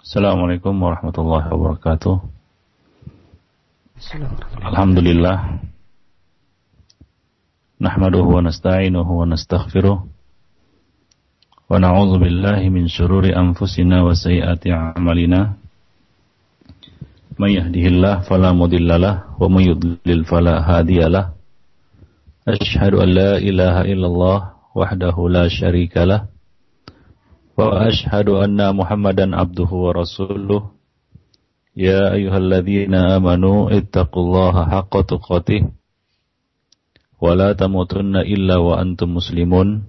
Assalamualaikum warahmatullahi wabarakatuh. Alhamdulillah. Nahmaduhu wa nasta'inuhu wa nastaghfiruh. Wa na'udzu billahi min syururi anfusina wa sayyiati a'malina. May yahdihillahu fala mudhillalah wa may yudlil fala hadiyalah. Asyhadu an la ilaha illallah wahdahu la syarikalah. Wa ashhadu anna Muhammadan abduhu wa rasuluh. Ya ayyuhalladzina amanu ittaqullaha haqqa tuqatih wa la tamutunna illa wa antum muslimun.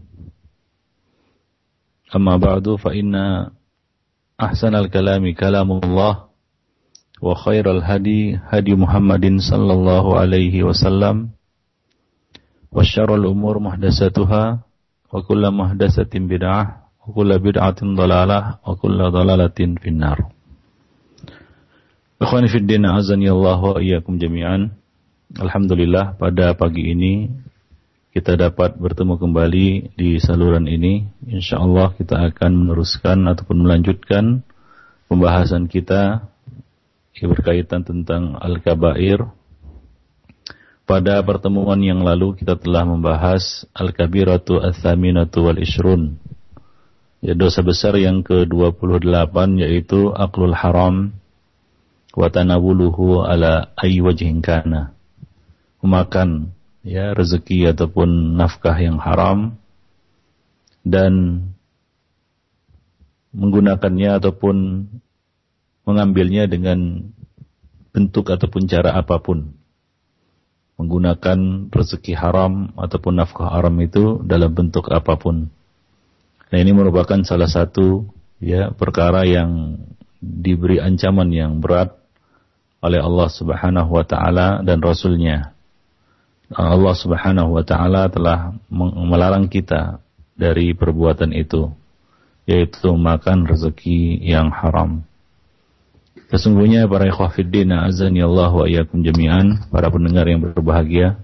Amma ba'du fa inna ahsanal kalami kalamullah wa khairal hadi hadi Muhammadin sallallahu alaihi wasallam wa syarrul umur muhdatsatuha wa kullu muhdatsatin bid'ah wa kullu bid'atin dhalalah wa kullu dhalalatin finnar. Ikhwani fid din, azani Allah wa iyyakum jami'an. Alhamdulillah, pada pagi ini kita dapat bertemu kembali di saluran ini. Insyaallah kita akan meneruskan ataupun melanjutkan pembahasan kita yang berkaitan tentang al-kabair. Pada pertemuan yang lalu kita telah membahas al-kabiratu ats-tsaminatu wal ishrun. Ya, dosa besar yang ke-28 yaitu aklul haram wa tanawuluhu ala ayyi wajhin kana. Memakan ya rezeki ataupun nafkah yang haram dan menggunakannya ataupun mengambilnya dengan bentuk ataupun cara apapun. Menggunakan rezeki haram ataupun nafkah haram itu dalam bentuk apapun. Nah, ini merupakan salah satu ya perkara yang diberi ancaman yang berat oleh Allah Subhanahu wa taala dan Rasul-Nya. Allah Subhanahu wa taala telah melarang kita dari perbuatan itu, yaitu makan rezeki yang haram. Sesungguhnya para ikhwah fiddin, azani Allah wa iyyakum jami'an, para pendengar yang berbahagia,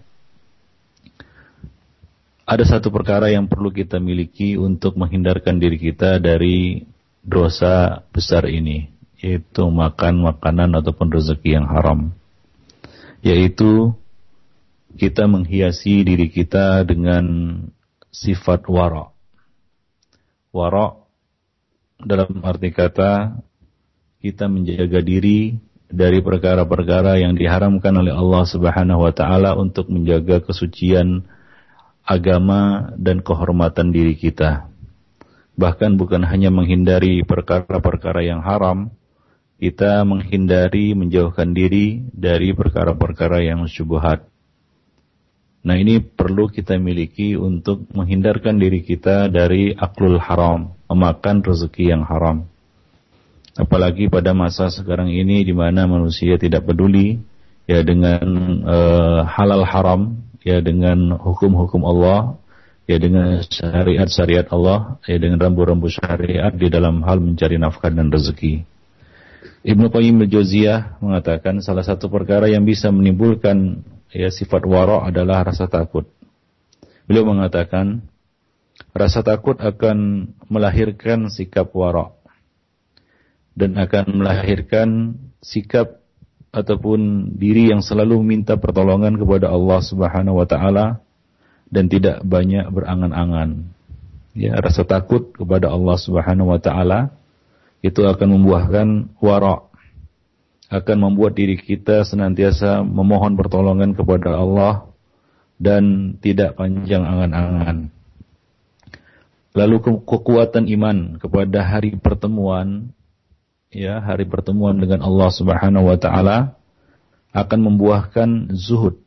ada satu perkara yang perlu kita miliki untuk menghindarkan diri kita dari dosa besar ini, yaitu makan makanan ataupun rezeki yang haram. Yaitu kita menghiasi diri kita dengan sifat wara'. Wara' dalam arti kata kita menjaga diri dari perkara-perkara yang diharamkan oleh Allah Subhanahu wa taala untuk menjaga kesucian agama dan kehormatan diri kita. Bahkan bukan hanya menghindari perkara-perkara yang haram, kita menghindari, menjauhkan diri dari perkara-perkara yang syubhat. Nah, ini perlu kita miliki untuk menghindarkan diri kita dari aklul haram, memakan rezeki yang haram. Apalagi pada masa sekarang ini di mana manusia tidak peduli ya dengan halal haram, ya dengan hukum-hukum Allah, ya dengan syariat-syariat Allah, ya dengan rambu-rambu syariat di dalam hal mencari nafkah dan rezeki. Ibnu Qayyim al-Jauziyah mengatakan salah satu perkara yang bisa menimbulkan ya sifat wara' adalah rasa takut. Beliau mengatakan rasa takut akan melahirkan sikap wara' dan akan melahirkan sikap ataupun diri yang selalu minta pertolongan kepada Allah Subhanahu wa taala dan tidak banyak berangan-angan. Ya, rasa takut kepada Allah Subhanahu wa taala itu akan membuahkan wara', akan membuat diri kita senantiasa memohon pertolongan kepada Allah dan tidak panjang angan-angan. Lalu kekuatan iman kepada hari pertemuan, ya hari pertemuan dengan Allah Subhanahu wa taala akan membuahkan zuhud,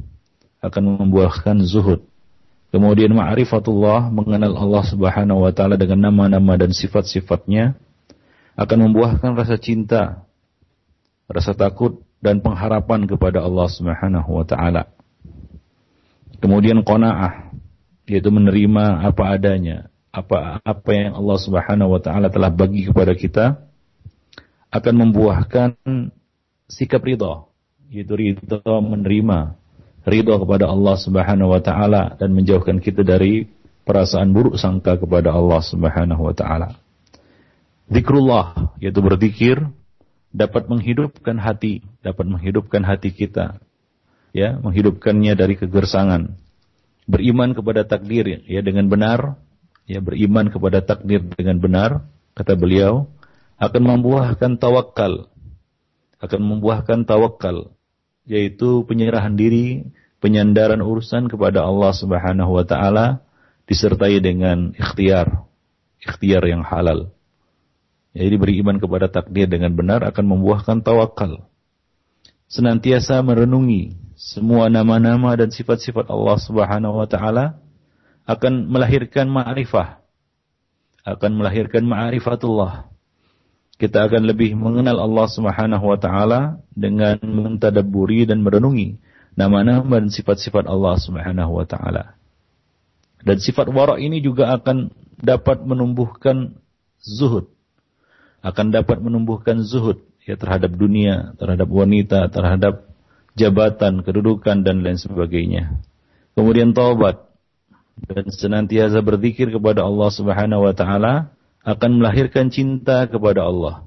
Kemudian ma'rifatullah, mengenal Allah Subhanahu wa taala dengan nama-nama dan sifat-sifatnya, akan membuahkan rasa cinta, rasa takut dan pengharapan kepada Allah Subhanahu wa taala. Kemudian qanaah, yaitu menerima apa adanya, apa yang Allah Subhanahu wa taala telah bagi kepada kita, akan membuahkan sikap ridha, yaitu ridha menerima, ridha kepada Allah Subhanahu wa taala dan menjauhkan kita dari perasaan buruk sangka kepada Allah Subhanahu wa taala. Zikrullah, yaitu berzikir, dapat menghidupkan hati kita, ya, menghidupkannya dari kegersangan. Beriman kepada takdir, ya, dengan benar, ya, beriman kepada takdir dengan benar, kata beliau, akan membuahkan tawakal, yaitu penyerahan diri, penyandaran urusan kepada Allah Subhanahu wa taala disertai dengan ikhtiar yang halal. Jadi beriman kepada takdir dengan benar akan membuahkan tawakal. Senantiasa merenungi semua nama-nama dan sifat-sifat Allah Subhanahu wa taala akan melahirkan ma'rifatullah. Kita akan lebih mengenal Allah Subhanahu wa taala dengan mentadabburi dan merenungi nama-nama dan sifat-sifat Allah Subhanahu wa taala. Dan sifat wara' ini juga akan dapat menumbuhkan zuhud. Ya, terhadap dunia, terhadap wanita, terhadap jabatan, kedudukan dan lain sebagainya. Kemudian taubat dan senantiasa berzikir kepada Allah Subhanahu wa taala akan melahirkan cinta kepada Allah.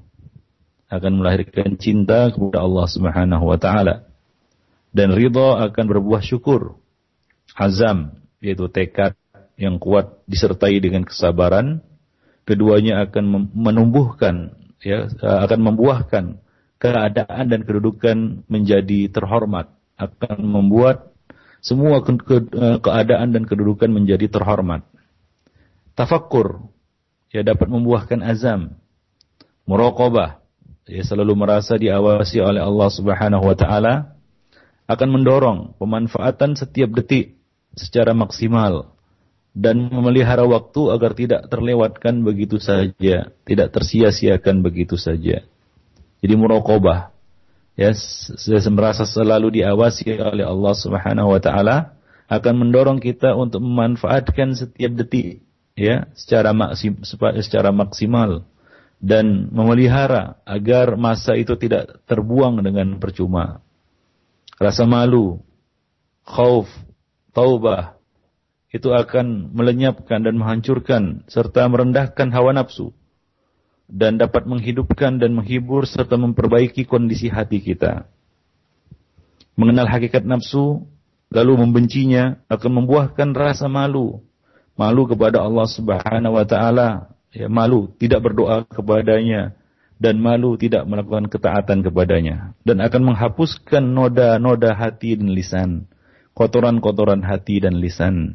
Subhanahu wa taala. Dan ridha akan berbuah syukur. Azam, yaitu tekad yang kuat disertai dengan kesabaran. Keduanya akan menumbuhkan, ya, akan membuahkan keadaan dan kedudukan menjadi terhormat. Akan membuat semua keadaan dan kedudukan menjadi terhormat. Tafakkur, ya, dapat membuahkan azam. Muraqabah, ya, selalu merasa diawasi oleh Allah Subhanahu wa taala, akan mendorong pemanfaatan setiap detik secara maksimal dan memelihara waktu agar tidak terlewatkan begitu saja, tidak tersia-siakan begitu saja. Jadi muraqabah, ya, merasa selalu diawasi oleh Allah Subhanahu wa taala akan mendorong kita untuk memanfaatkan setiap detik, ya, secara maksimal dan memelihara agar masa itu tidak terbuang dengan percuma. Rasa malu, khauf, taubah itu akan melenyapkan dan menghancurkan serta merendahkan hawa nafsu dan dapat menghidupkan dan menghibur serta memperbaiki kondisi hati kita. Mengenal hakikat nafsu lalu membencinya akan membuahkan rasa malu kepada Allah Subhanahu wa taala, ya, malu tidak berdoa kepadanya dan malu tidak melakukan ketaatan kepadanya, dan akan menghapuskan noda-noda hati dan lisan, kotoran-kotoran hati dan lisan.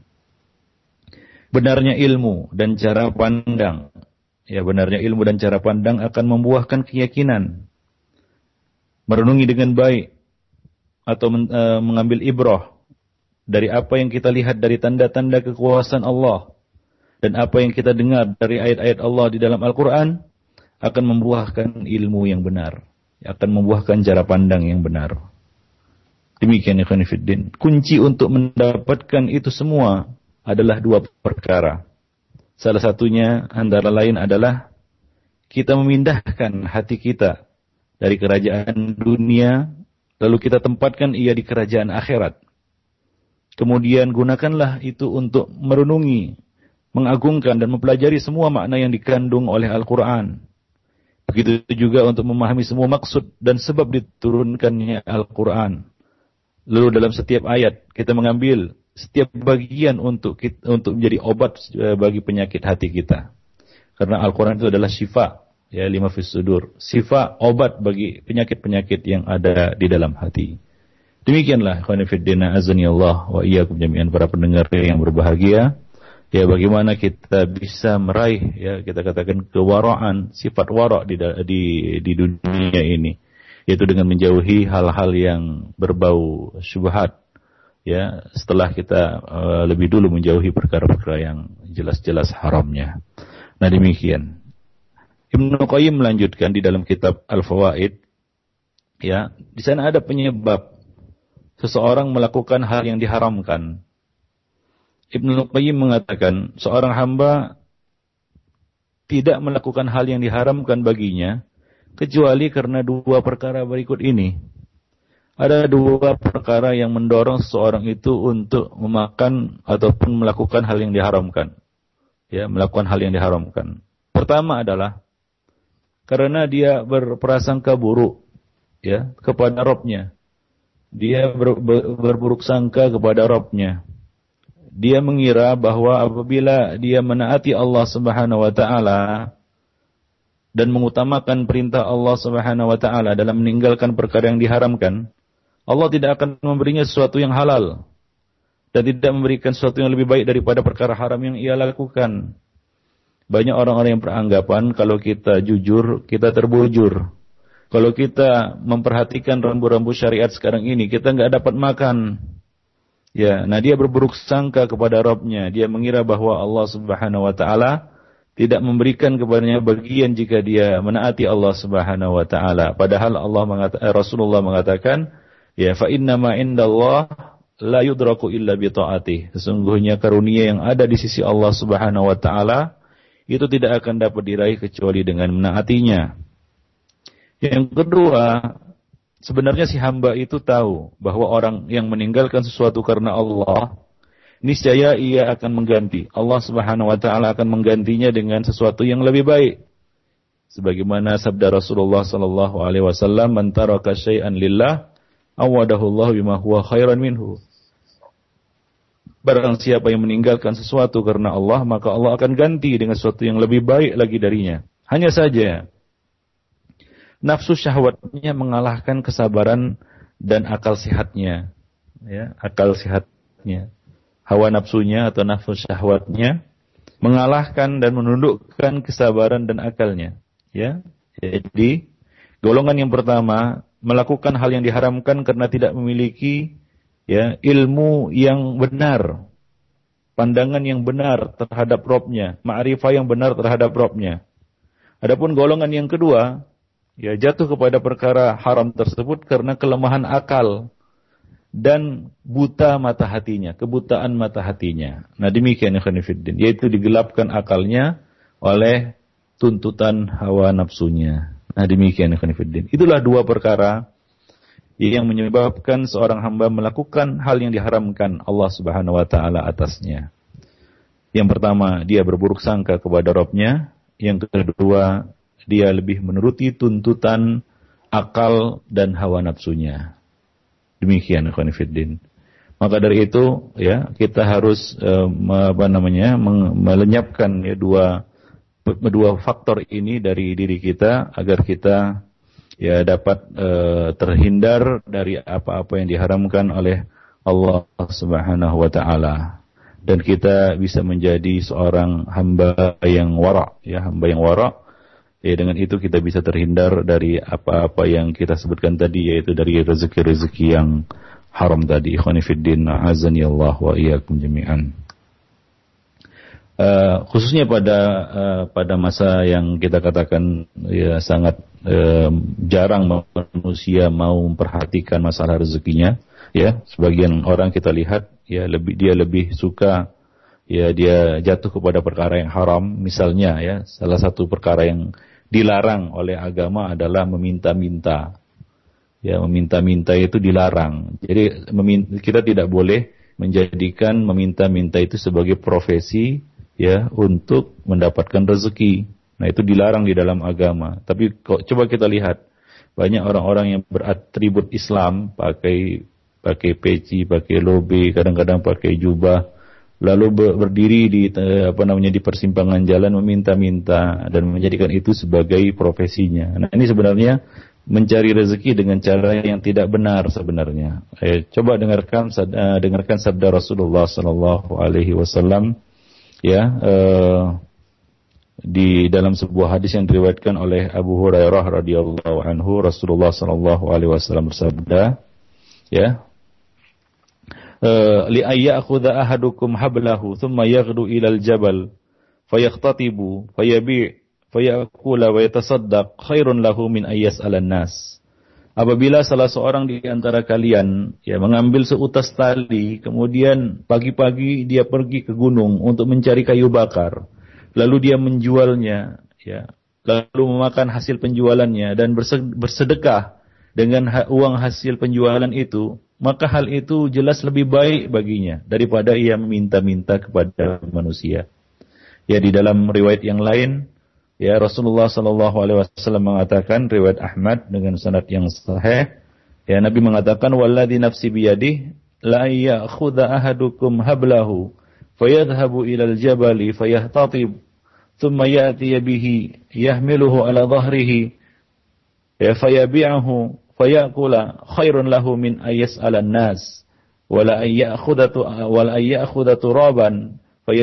Benarnya ilmu dan cara pandang, ya, akan membuahkan keyakinan. Merenungi dengan baik atau mengambil ibrah dari apa yang kita lihat dari tanda-tanda kekuasaan Allah dan apa yang kita dengar dari ayat-ayat Allah di dalam Al-Quran akan membuahkan ilmu yang benar, akan membuahkan cara pandang yang benar. Demikian ikhwan fillah. Kunci untuk mendapatkan itu semua adalah dua perkara. Salah satunya antara lain adalah kita memindahkan hati kita dari kerajaan dunia, lalu kita tempatkan ia di kerajaan akhirat. Kemudian gunakanlah itu untuk merenungi, mengagungkan dan mempelajari semua makna yang dikandung oleh Al-Quran. Begitu juga untuk memahami semua maksud dan sebab diturunkannya Al-Quran. Lalu dalam setiap ayat kita mengambil setiap bagian untuk menjadi obat bagi penyakit hati kita. Karena Al-Quran itu adalah syifa, ya, lima fis sudur. Syifa, obat bagi penyakit-penyakit yang ada di dalam hati. Demikianlah ikhwan fillah azani Allah wa iyyakum jami'an, para pendengar yang berbahagia. Ya, bagaimana kita bisa meraih, ya, kita katakan kewaraan, sifat wara' di dunia ini, yaitu dengan menjauhi hal-hal yang berbau syubhat. Ya, setelah kita lebih dulu menjauhi perkara-perkara yang jelas-jelas haramnya. Nah, demikian. Ibnu Qayyim melanjutkan di dalam kitab Al-Fawaid, ya, di sana ada penyebab seseorang melakukan hal yang diharamkan. Ibnu Qayyim mengatakan seorang hamba tidak melakukan hal yang diharamkan baginya kecuali karena dua perkara berikut ini. Ada dua perkara yang mendorong seseorang itu untuk memakan ataupun melakukan hal yang diharamkan. Ya, melakukan hal yang diharamkan. Pertama adalah karena dia berprasangka buruk ya kepada Rabb-nya. Dia berburuk sangka kepada Rabb-nya. Dia mengira bahwa apabila dia menaati Allah Subhanahu wa taala dan mengutamakan perintah Allah Subhanahu wa taala dalam meninggalkan perkara yang diharamkan, Allah tidak akan memberinya sesuatu yang halal dan tidak memberikan sesuatu yang lebih baik daripada perkara haram yang ia lakukan. Banyak orang-orang yang beranggapan kalau kita jujur, kita terbujur. Kalau kita memperhatikan rambu-rambu syariat sekarang ini, kita nggak dapat makan. Ya, nah dia berburuk sangka kepada Rabb-nya. Dia mengira bahwa Allah Subhanahu wa taala tidak memberikan kepadanya bagian jika dia menaati Allah Subhanahu wa taala. Padahal Rasulullah mengatakan, ya fa inna ma indallah la yudraku illa bi taatih. Sesungguhnya karunia yang ada di sisi Allah Subhanahu wa taala itu tidak akan dapat diraih kecuali dengan menaatinya. Yang kedua, sebenarnya si hamba itu tahu bahwa orang yang meninggalkan sesuatu karena Allah, niscaya ia akan mengganti. Allah Subhanahu wa taala akan menggantinya dengan sesuatu yang lebih baik. Sebagaimana sabda Rasulullah sallallahu alaihi wasallam, "Man taraka syai'an lillah, awadahu Allah bima huwa khairan minhu." Barang siapa yang meninggalkan sesuatu karena Allah, maka Allah akan ganti dengan sesuatu yang lebih baik lagi darinya. Hanya saja nafsu syahwatnya mengalahkan kesabaran dan akal sehatnya. Ya, akal sehatnya. Hawa nafsunya atau nafsu syahwatnya mengalahkan dan menundukkan kesabaran dan akalnya. Ya, jadi golongan yang pertama melakukan hal yang diharamkan karena tidak memiliki ya ilmu yang benar, pandangan yang benar terhadap Rabb-nya, ma'rifah yang benar terhadap Rabb-nya. Adapun golongan yang kedua, ya jatuh kepada perkara haram tersebut karena kelemahan akal dan buta mata hatinya, kebutaan mata hatinya. Nah demikian ikhwan fillah, yaitu digelapkan akalnya oleh tuntutan hawa nafsunya. Nah demikian ikhwan fillah. Itulah dua perkara yang menyebabkan seorang hamba melakukan hal yang diharamkan Allah Subhanahu wa taala atasnya. Yang pertama, dia berburuk sangka kepada Rabb-nya. Yang kedua, dia lebih menuruti tuntutan akal dan hawa nafsunya. Demikian ikhwan fillah. Maka dari itu ya kita harus melenyapkan ya dua faktor ini dari diri kita agar kita ya dapat terhindar dari apa-apa yang diharamkan oleh Allah Subhanahu wa taala dan kita bisa menjadi seorang hamba yang wara, ya hamba yang wara. Ya, dengan itu kita bisa terhindar dari apa-apa yang kita sebutkan tadi, yaitu dari rezeki-rezeki yang haram tadi. Ikhwani fiddin, azani Allah wa iyyakum jami'an. Khususnya pada masa yang kita katakan ya sangat jarang manusia mau memperhatikan masalah rezekinya. Ya, sebagian orang kita lihat ya dia lebih suka ya dia jatuh kepada perkara yang haram. Misalnya ya salah satu perkara yang dilarang oleh agama adalah meminta-minta. Ya, meminta-minta itu dilarang. Jadi kita tidak boleh menjadikan meminta-minta itu sebagai profesi ya untuk mendapatkan rezeki. Nah, itu dilarang di dalam agama. Tapi coba kita lihat banyak orang-orang yang beratribut Islam, pakai peci, pakai lobe, kadang-kadang pakai jubah, lalu berdiri di persimpangan jalan meminta-minta dan menjadikan itu sebagai profesinya. Nah, ini sebenarnya mencari rezeki dengan cara yang tidak benar sebenarnya. Coba dengarkan sabda Rasulullah sallallahu alaihi wasallam ya di dalam sebuah hadis yang diriwayatkan oleh Abu Hurairah radhiyallahu anhu, Rasulullah sallallahu alaihi wasallam bersabda ya li ayyakhudha ahadukum hablahu thumma yaghdu ilal jabal fayaqtatibu fayabi fayakula wa yatasaddaq khairun lahu min ayyas'alan nas. Apabila salah seorang di antara kalian ya mengambil seutas tali kemudian pagi-pagi dia pergi ke gunung untuk mencari kayu bakar lalu dia menjualnya ya lalu memakan hasil penjualannya dan bersedekah dengan uang hasil penjualan itu, maka hal itu jelas lebih baik baginya daripada ia meminta-minta kepada manusia. Ya, di dalam riwayat yang lain, Ya, Rasulullah sallallahu alaihi wasallam mengatakan, riwayat Ahmad dengan sanad yang sahih, ya, Nabi mengatakan, walladzi nafsi biyadihi la ya'khudha ahadukum hablahu fayadhhabu ilal jabali fayahtatib thumma ya'ti bihi yahmiluhu ala dhahrihi ya fayabi'ahu fayakula khairun lahu min ayyas'ala an-nas wala ayya'khudha turaban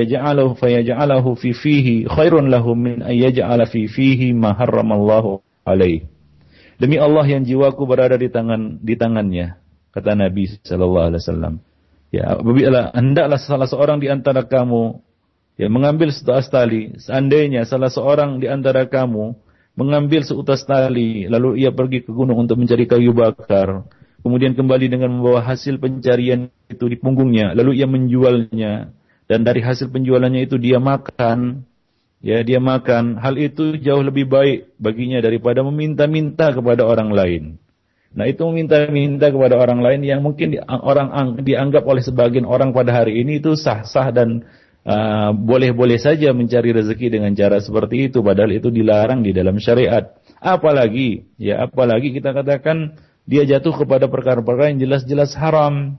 fayaj'alahu fi fihi khairun lahu min ayyaj'ala fi fihi ma harramallahu alaihi. Demi Allah yang jiwaku berada di tangannya, kata Nabi sallallahu alaihi wasallam. Ya, apabila hendaklah salah seorang di antara kamu ya mengambil seutas tali, seandainya salah seorang di antara kamu mengambil seutas tali lalu ia pergi ke gunung untuk mencari kayu bakar, kemudian kembali dengan membawa hasil pencarian itu di punggungnya, lalu ia menjualnya dan dari hasil penjualannya itu dia makan, ya dia makan, hal itu jauh lebih baik baginya daripada meminta-minta kepada orang lain. Nah, itu meminta-minta kepada orang lain yang mungkin orang dianggap oleh sebagian orang pada hari ini itu sah-sah dan boleh-boleh saja mencari rezeki dengan cara seperti itu, padahal itu dilarang di dalam syariat. Apalagi kita katakan dia jatuh kepada perkara-perkara yang jelas-jelas haram.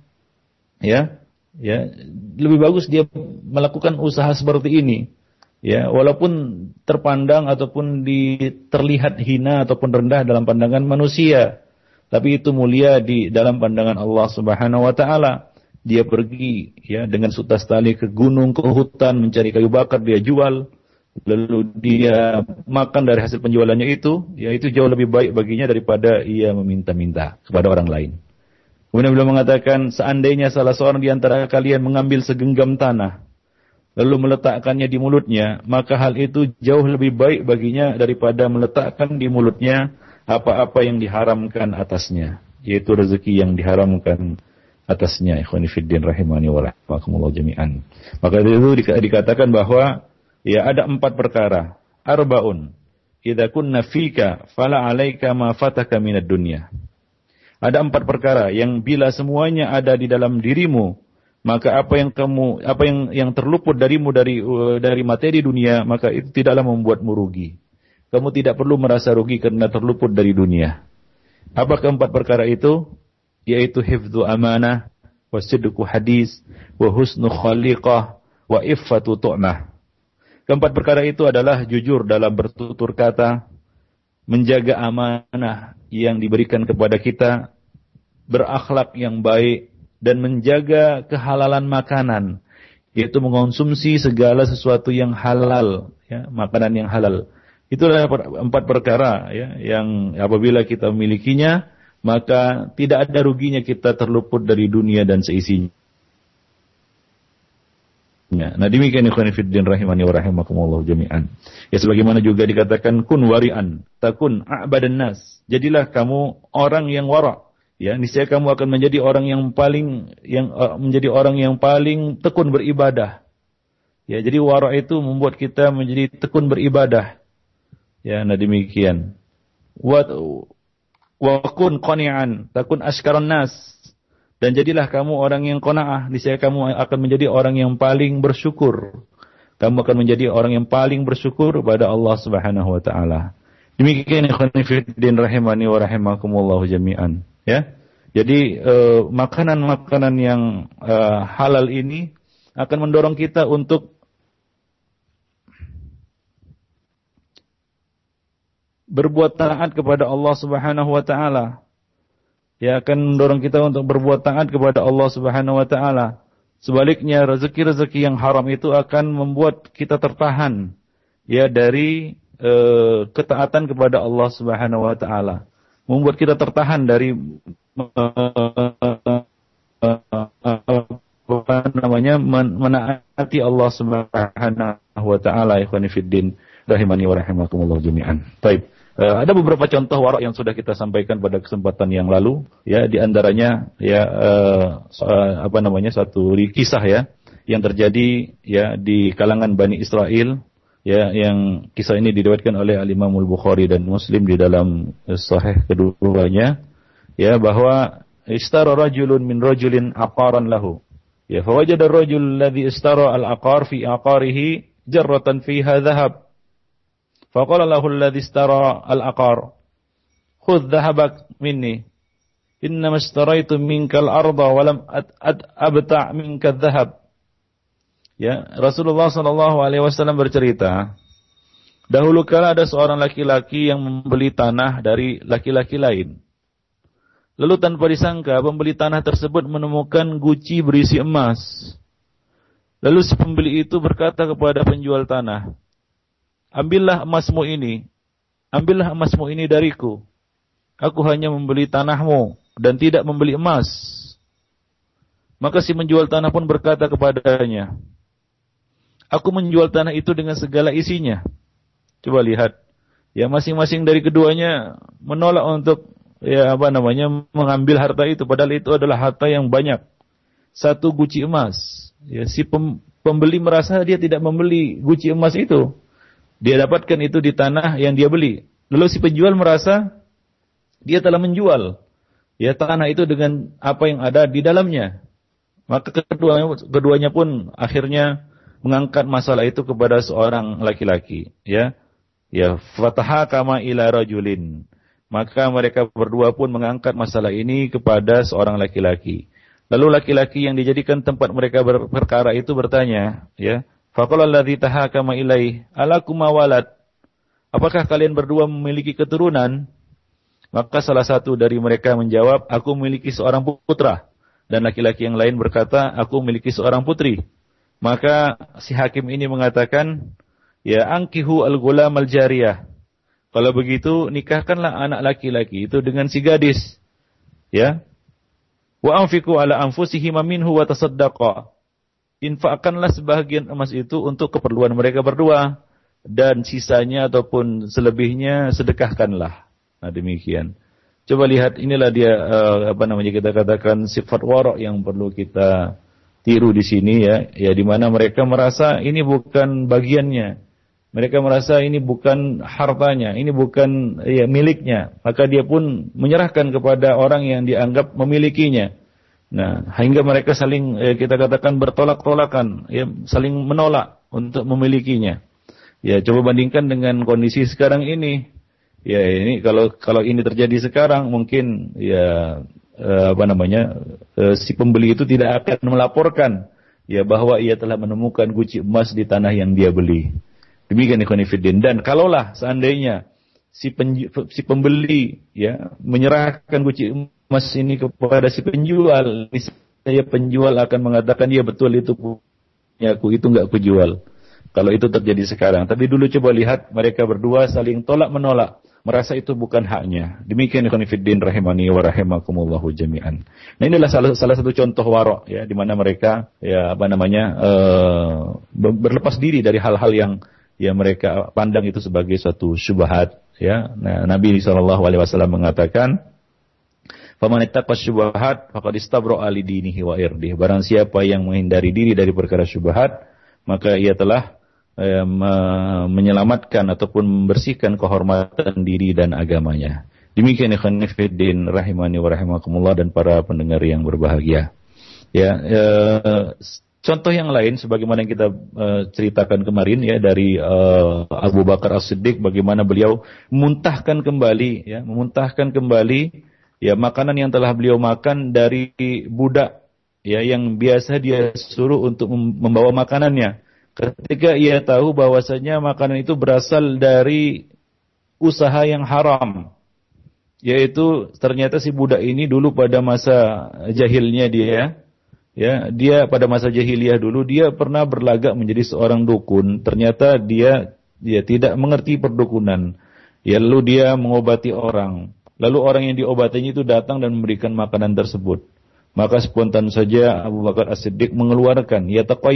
Ya, lebih bagus dia melakukan usaha seperti ini. Ya, walaupun terpandang ataupun terlihat hina ataupun rendah dalam pandangan manusia, tapi itu mulia di dalam pandangan Allah Subhanahu wa taala. Dia pergi ya dengan seutas tali ke gunung, ke hutan mencari kayu bakar, dia jual, lalu dia makan dari hasil penjualannya itu, ya itu jauh lebih baik baginya daripada ia meminta-minta kepada orang lain. Kemudian beliau mengatakan, seandainya salah seorang di antara kalian mengambil segenggam tanah lalu meletakkannya di mulutnya, maka hal itu jauh lebih baik baginya daripada meletakkan di mulutnya apa-apa yang diharamkan atasnya, yaitu rezeki yang diharamkan atasnya. Ikhwani fiddin rahimani wa rahimakumullah jami'an. Maka itu dikatakan bahwa ya ada 4 perkara. Arbaun idza kunna fika fala 'alaika ma fataka minad dunya. Ada 4 perkara yang bila semuanya ada di dalam dirimu, maka apa yang terluput darimu dari materi dunia, maka itu tidaklah membuatmu rugi. Kamu tidak perlu merasa rugi karena terluput dari dunia. Apa keempat perkara itu? Yaitu hifdzu amanah, wa sidqu hadis, wa husnu khaliqah, wa iffatu tu'mah. Keempat perkara itu adalah jujur dalam bertutur kata, menjaga amanah yang diberikan kepada kita, berakhlak yang baik, dan menjaga kehalalan makanan, yaitu mengonsumsi segala sesuatu yang halal, ya, makanan yang halal. Itulah 4 perkara ya, yang apabila kita memilikinya, maka tidak ada ruginya kita terluput dari dunia dan seisinya. Nah, demikian ikhwan fillah rahimani wa rahimakumullah jami'an. Ya, sebagaimana juga dikatakan kun wari'an takun a'badan nas. Jadilah kamu orang yang wara'. Ya, niscaya kamu akan menjadi orang yang paling tekun beribadah. Ya, jadi wara' itu membuat kita menjadi tekun beribadah. Ya, nah demikian. Wa kun qani'an takun asykaran nas, dan jadilah kamu orang yang qanaah, niscaya kamu akan menjadi orang yang paling bersyukur. Kamu akan menjadi orang yang paling bersyukur kepada Allah Subhanahu wa taala. Demikian ikhwan fillah rahimani wa rahimakumullah jami'an, ya. Jadi makanan-makanan yang halal ini akan mendorong kita untuk berbuat taat kepada Allah Subhanahu wa taala. Ya, akan mendorong kita untuk berbuat taat kepada Allah Subhanahu wa taala. Sebaliknya, rezeki-rezeki yang haram itu akan membuat kita tertahan ya dari ketaatan kepada Allah Subhanahu wa taala. Membuat kita tertahan dari menaati Allah Subhanahu wa taala. Ikhwani fiddin rahimani wa rahimakumullah jami'an. Baik. Ada beberapa contoh wara' yang sudah kita sampaikan pada kesempatan yang lalu, ya, di antaranya ya satu kisah ya yang terjadi ya di kalangan Bani Israel, ya, yang kisah ini diriwayatkan oleh Al-Imam Al-Bukhari dan Muslim di dalam sahih keduanya, ya, bahwa istara rajulun min rajulin aqaran lahu, ya, fawajada ar-rajul alladhi istara al-aqar fi aqarihi jarratan fiha dhahab. Faqala lahu alladhi istara al-aqar, khudh dhahabak minni, innama ishtaraitu minka al-arda wa lam abta' minka adh-dhahab. Ya, Rasulullah sallallahu alaihi wasallam bercerita, dahulu kala ada seorang laki-laki yang membeli tanah dari laki-laki lain. Lalu tanpa disangka pembeli tanah tersebut menemukan guci berisi emas. Lalu si pembeli itu berkata kepada penjual tanah, ambillah emasmu ini dariku. Aku hanya membeli tanahmu dan tidak membeli emas. Maka si penjual tanah pun berkata kepadanya, aku menjual tanah itu dengan segala isinya. Coba lihat, ya masing-masing dari keduanya menolak untuk mengambil harta itu, padahal itu adalah harta yang banyak. Satu guci emas. Ya, si pembeli merasa dia tidak membeli guci emas itu. Dia dapatkan itu di tanah yang dia beli. Lalu si penjual merasa dia telah menjual ya tanah itu dengan apa yang ada di dalamnya. Maka keduanya pun akhirnya mengangkat masalah itu kepada seorang laki-laki. Ya, fatahakama ila rajulin. Maka mereka berdua pun mengangkat masalah ini kepada seorang laki-laki. Lalu laki-laki yang dijadikan tempat mereka berperkara itu bertanya, ya, faqala alladzi tahakama ilaih, alakum walad? Apakah kalian berdua memiliki keturunan? Maka salah satu dari mereka menjawab, aku memiliki seorang putra. Dan laki-laki yang lain berkata, aku memiliki seorang putri. Maka si hakim ini mengatakan, ya, angkihu al-ghulam al-jariyah. Kalau begitu, nikahkanlah anak laki-laki itu dengan si gadis. Ya. Wa anfiqu ala anfusihim minhu wa tasaddaqa. Infakkanlah sebahagian emas itu untuk keperluan mereka berdua, dan sisanya ataupun selebihnya sedekahkanlah. Nah, demikian. Coba lihat, inilah dia kita katakan sifat warok yang perlu kita tiru di sini, ya di mana mereka merasa ini bukan bagiannya. Mereka merasa ini bukan hartanya, ini bukan miliknya. Maka dia pun menyerahkan kepada orang yang dianggap memilikinya. Nah, hingga mereka saling kita katakan bertolak-tolakan, ya, saling menolak untuk memilikinya. Ya, coba bandingkan dengan kondisi sekarang ini. Ya, ini kalau ini terjadi sekarang mungkin si pembeli itu tidak akan melaporkan ya bahwa ia telah menemukan guci emas di tanah yang dia beli. Demikian ikhwan fillah. Dan kalaulah seandainya si pembeli ya menyerahkan guci emas ini kepada si penjual, misalnya penjual akan mengatakan ya betul itu punya aku, itu enggak kujual. Kalau itu terjadi sekarang, tapi dulu coba lihat mereka berdua saling tolak menolak, merasa itu bukan haknya. Demikian ikhwan fillah rahimani wa rahimakumullahu jami'an. Nah, inilah salah satu contoh warok ya di mana mereka berlepas diri dari hal-hal yang mereka pandang itu sebagai suatu syubhat ya. Nah, Nabi sallallahu alaihi wasallam mengatakan, "Faman ittaqa syubhat faqad istabra'a li dinihi wa irdihi." Barang siapa yang menghindari diri dari perkara syubhat, maka ia telah menyelamatkan ataupun membersihkan kehormatan diri dan agamanya. Demikian ikhwan fillah rahimani wa rahimakumullah dan para pendengar yang berbahagia. Ya, contoh yang lain sebagaimana yang kita ceritakan kemarin ya dari Abu Bakar As-Siddiq, bagaimana beliau memuntahkan kembali makanan yang telah beliau makan dari budak ya yang biasa dia suruh untuk membawa makanannya. Ketika ia tahu bahwasanya makanan itu berasal dari usaha yang haram, yaitu ternyata si budak ini dulu pada masa jahilnya dia pada masa jahiliyah dulu dia pernah berlagak menjadi seorang dukun. Ternyata dia tidak mengerti perdukunan. Ya, lalu dia mengobati orang. Lalu orang yang diobatinya itu datang dan memberikan makanan tersebut. Maka spontan saja Abu Bakar As-Siddiq mengeluarkan,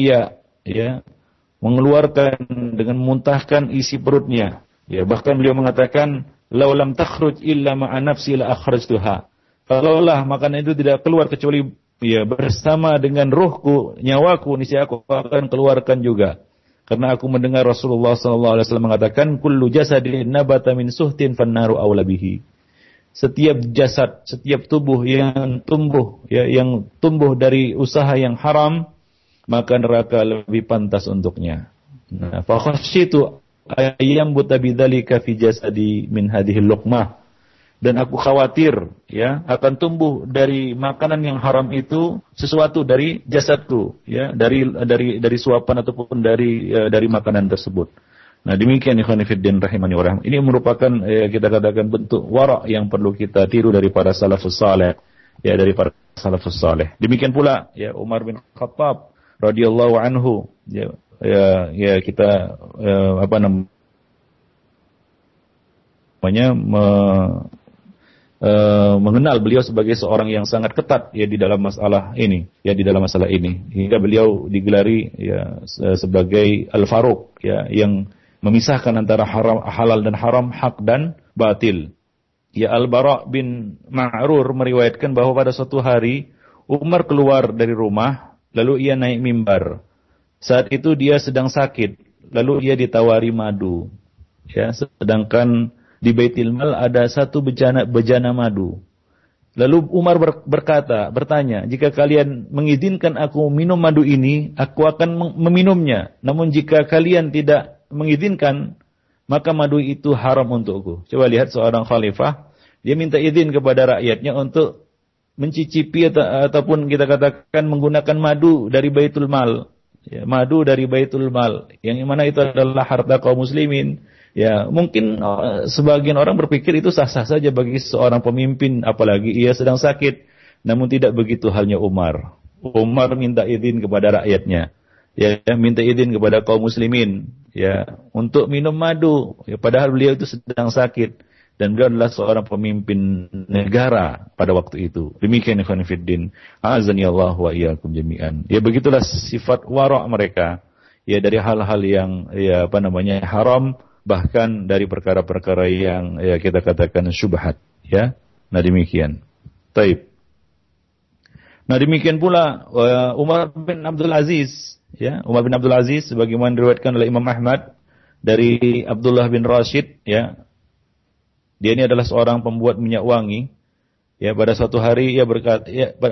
mengeluarkan dengan memuntahkan isi perutnya. Ya, bahkan beliau mengatakan, "Lau lam takhruj illa ma'a nafsi la akhrajtuha." Kalaulah makanan itu tidak keluar kecuali bersama dengan ruhku, nyawaku, niscaya aku akan keluarkan juga. Karena aku mendengar Rasulullah sallallahu alaihi wasallam mengatakan, "Kullu jasadin nabata min suhtin fannaru aula bihi." Setiap jasad, setiap tubuh yang tumbuh dari usaha yang haram, maka neraka lebih pantas untuknya. Nah, fa khasyitu ayam butabidzalika fi jasadi min hadhihi luqmah. Dan aku khawatir ya akan tumbuh dari makanan yang haram itu sesuatu dari jasadku ya, dari suapan ataupun dari makanan tersebut. Nah, demikian ikhwan fillah rahimani wa rahim. Ini merupakan kita katakan bentuk wara' yang perlu kita tiru dari para salafus saleh ya, dari para salafus saleh. Demikian pula ya Umar bin Khattab radhiyallahu anhu ya kita mengenal beliau sebagai seorang yang sangat ketat ya di dalam masalah ini hingga beliau digelari ya sebagai Al-Faruq ya, yang memisahkan antara halal dan haram, hak dan batil. Ya, Al-Bara' bin Ma'rur meriwayatkan bahwa pada suatu hari Umar keluar dari rumah lalu ia naik mimbar. Saat itu dia sedang sakit, lalu ia ditawari madu ya, sedangkan di Baitul Mal ada satu bejana madu. Lalu Umar bertanya, jika kalian mengizinkan aku minum madu ini, aku akan meminumnya. Namun jika kalian tidak mengizinkan, maka madu itu haram untukku. Coba lihat seorang khalifah, dia minta izin kepada rakyatnya untuk mencicipi ataupun kita katakan menggunakan madu dari Baitul Mal. Ya, madu dari Baitul Mal, yang mana itu adalah harta kaum muslimin. Ya, mungkin sebagian orang berpikir itu sah-sah saja bagi seorang pemimpin, apalagi ia sedang sakit. Namun tidak begitu halnya Umar. Umar minta izin kepada rakyatnya, ya, minta izin kepada kaum muslimin, ya, untuk minum madu. Ya, padahal beliau itu sedang sakit dan beliau adalah seorang pemimpin negara pada waktu itu. Demikian ikhwan fillah, azani Allah wa iyyakum jami'an. Ya, begitulah sifat wara' mereka. Ya, dari hal-hal yang haram, bahkan dari perkara-perkara yang ya kita katakan syubhat ya. Nah, demikian. Taib. Nah, demikian pula Umar bin Abdul Aziz ya, Umar bin Abdul Aziz sebagaimana diriwayatkan oleh Imam Ahmad dari Abdullah bin Rashid ya. Dia ini adalah seorang pembuat minyak wangi. Ya, pada suatu hari ia berkata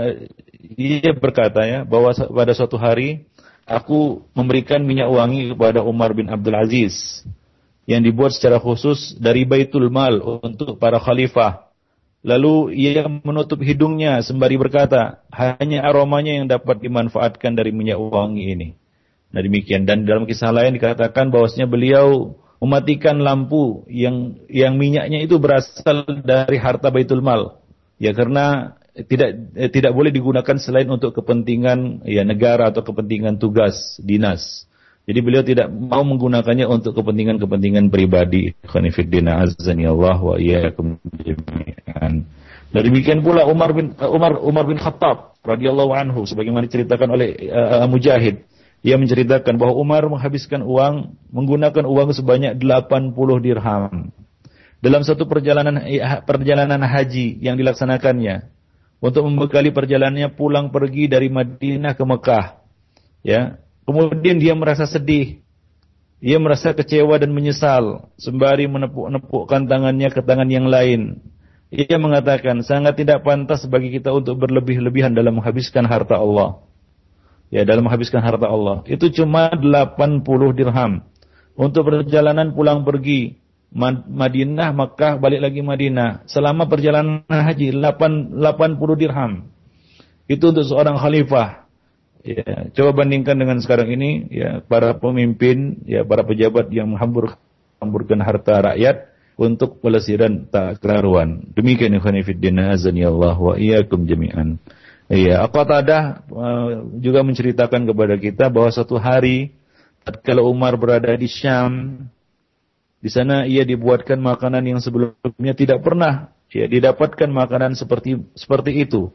ya bahwa pada suatu hari aku memberikan minyak wangi kepada Umar bin Abdul Aziz yang dibuat secara khusus dari Baitul Mal untuk para khalifah. Lalu ia menutup hidungnya sembari berkata, hanya aromanya yang dapat dimanfaatkan dari minyak wangi ini. Nah, demikian. Dan dalam kisah lain dikatakan bahwasanya beliau mematikan lampu yang minyaknya itu berasal dari harta Baitul Mal. Ya, karena tidak boleh digunakan selain untuk kepentingan ya negara atau kepentingan tugas dinas. Jadi beliau tidak mau menggunakannya untuk kepentingan pribadi. Khonifuddin azani Allah wa iyyakum jami'an. Dan demikian pula Umar bin Khattab radhiyallahu anhu sebagaimana diceritakan oleh Mujahid. Ia menceritakan bahwa Umar menghabiskan menggunakan uang sebanyak 80 dirham dalam satu perjalanan haji yang dilaksanakannya untuk membekali perjalanannya pulang pergi dari Madinah ke Mekah. Ya. Kemudian dia merasa sedih, dia merasa kecewa dan menyesal, sembari menepuk-nepukkan tangannya ke tangan yang lain. Ia mengatakan, sangat tidak pantas bagi kita untuk berlebih-lebihan dalam menghabiskan harta Allah. Ya, dalam menghabiskan harta Allah. Itu cuma 80 dirham. Untuk perjalanan pulang pergi, Madinah, Makkah, balik lagi Madinah. Selama perjalanan haji, 80 dirham. Itu untuk seorang khalifah. Ya, coba bandingkan dengan sekarang ini, ya, para pemimpin, ya, para pejabat yang menghamburkan harta rakyat untuk pelesiran tak keruan. Demikian ikhwan fillah azani Allah wa iyyakum jami'an. Iya, Qatadah juga menceritakan kepada kita bahwa suatu hari tatkala Umar berada di Syam, di sana ia dibuatkan makanan yang sebelumnya tidak pernah ya didapatkan makanan seperti itu.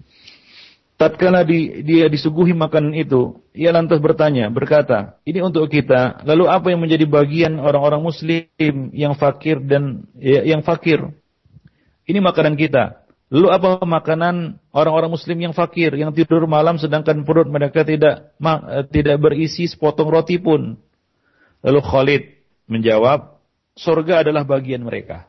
Tatkala dia disuguhi makanan itu, ia lantas berkata, ini untuk kita. Lalu apa yang menjadi bagian orang-orang Muslim yang fakir yang fakir? Ini makanan kita. Lalu apa makanan orang-orang Muslim yang fakir, yang tidur malam sedangkan perut mereka tidak berisi sepotong roti pun? Lalu Khalid menjawab, surga adalah bagian mereka.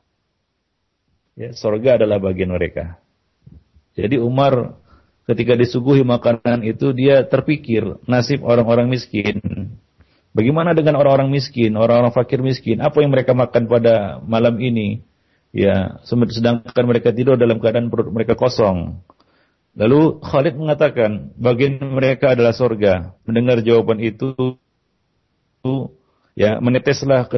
Ya, surga adalah bagian mereka. Jadi Umar ketika disuguhi makanan itu dia terpikir nasib orang-orang miskin Bagaimana dengan orang-orang miskin, orang-orang fakir miskin? Apa yang mereka makan pada malam ini? Ya, sedangkan mereka tidur dalam keadaan perut mereka kosong. Lalu Khalid mengatakan, bagian mereka adalah surga. Mendengar jawaban itu, ya, meneteslah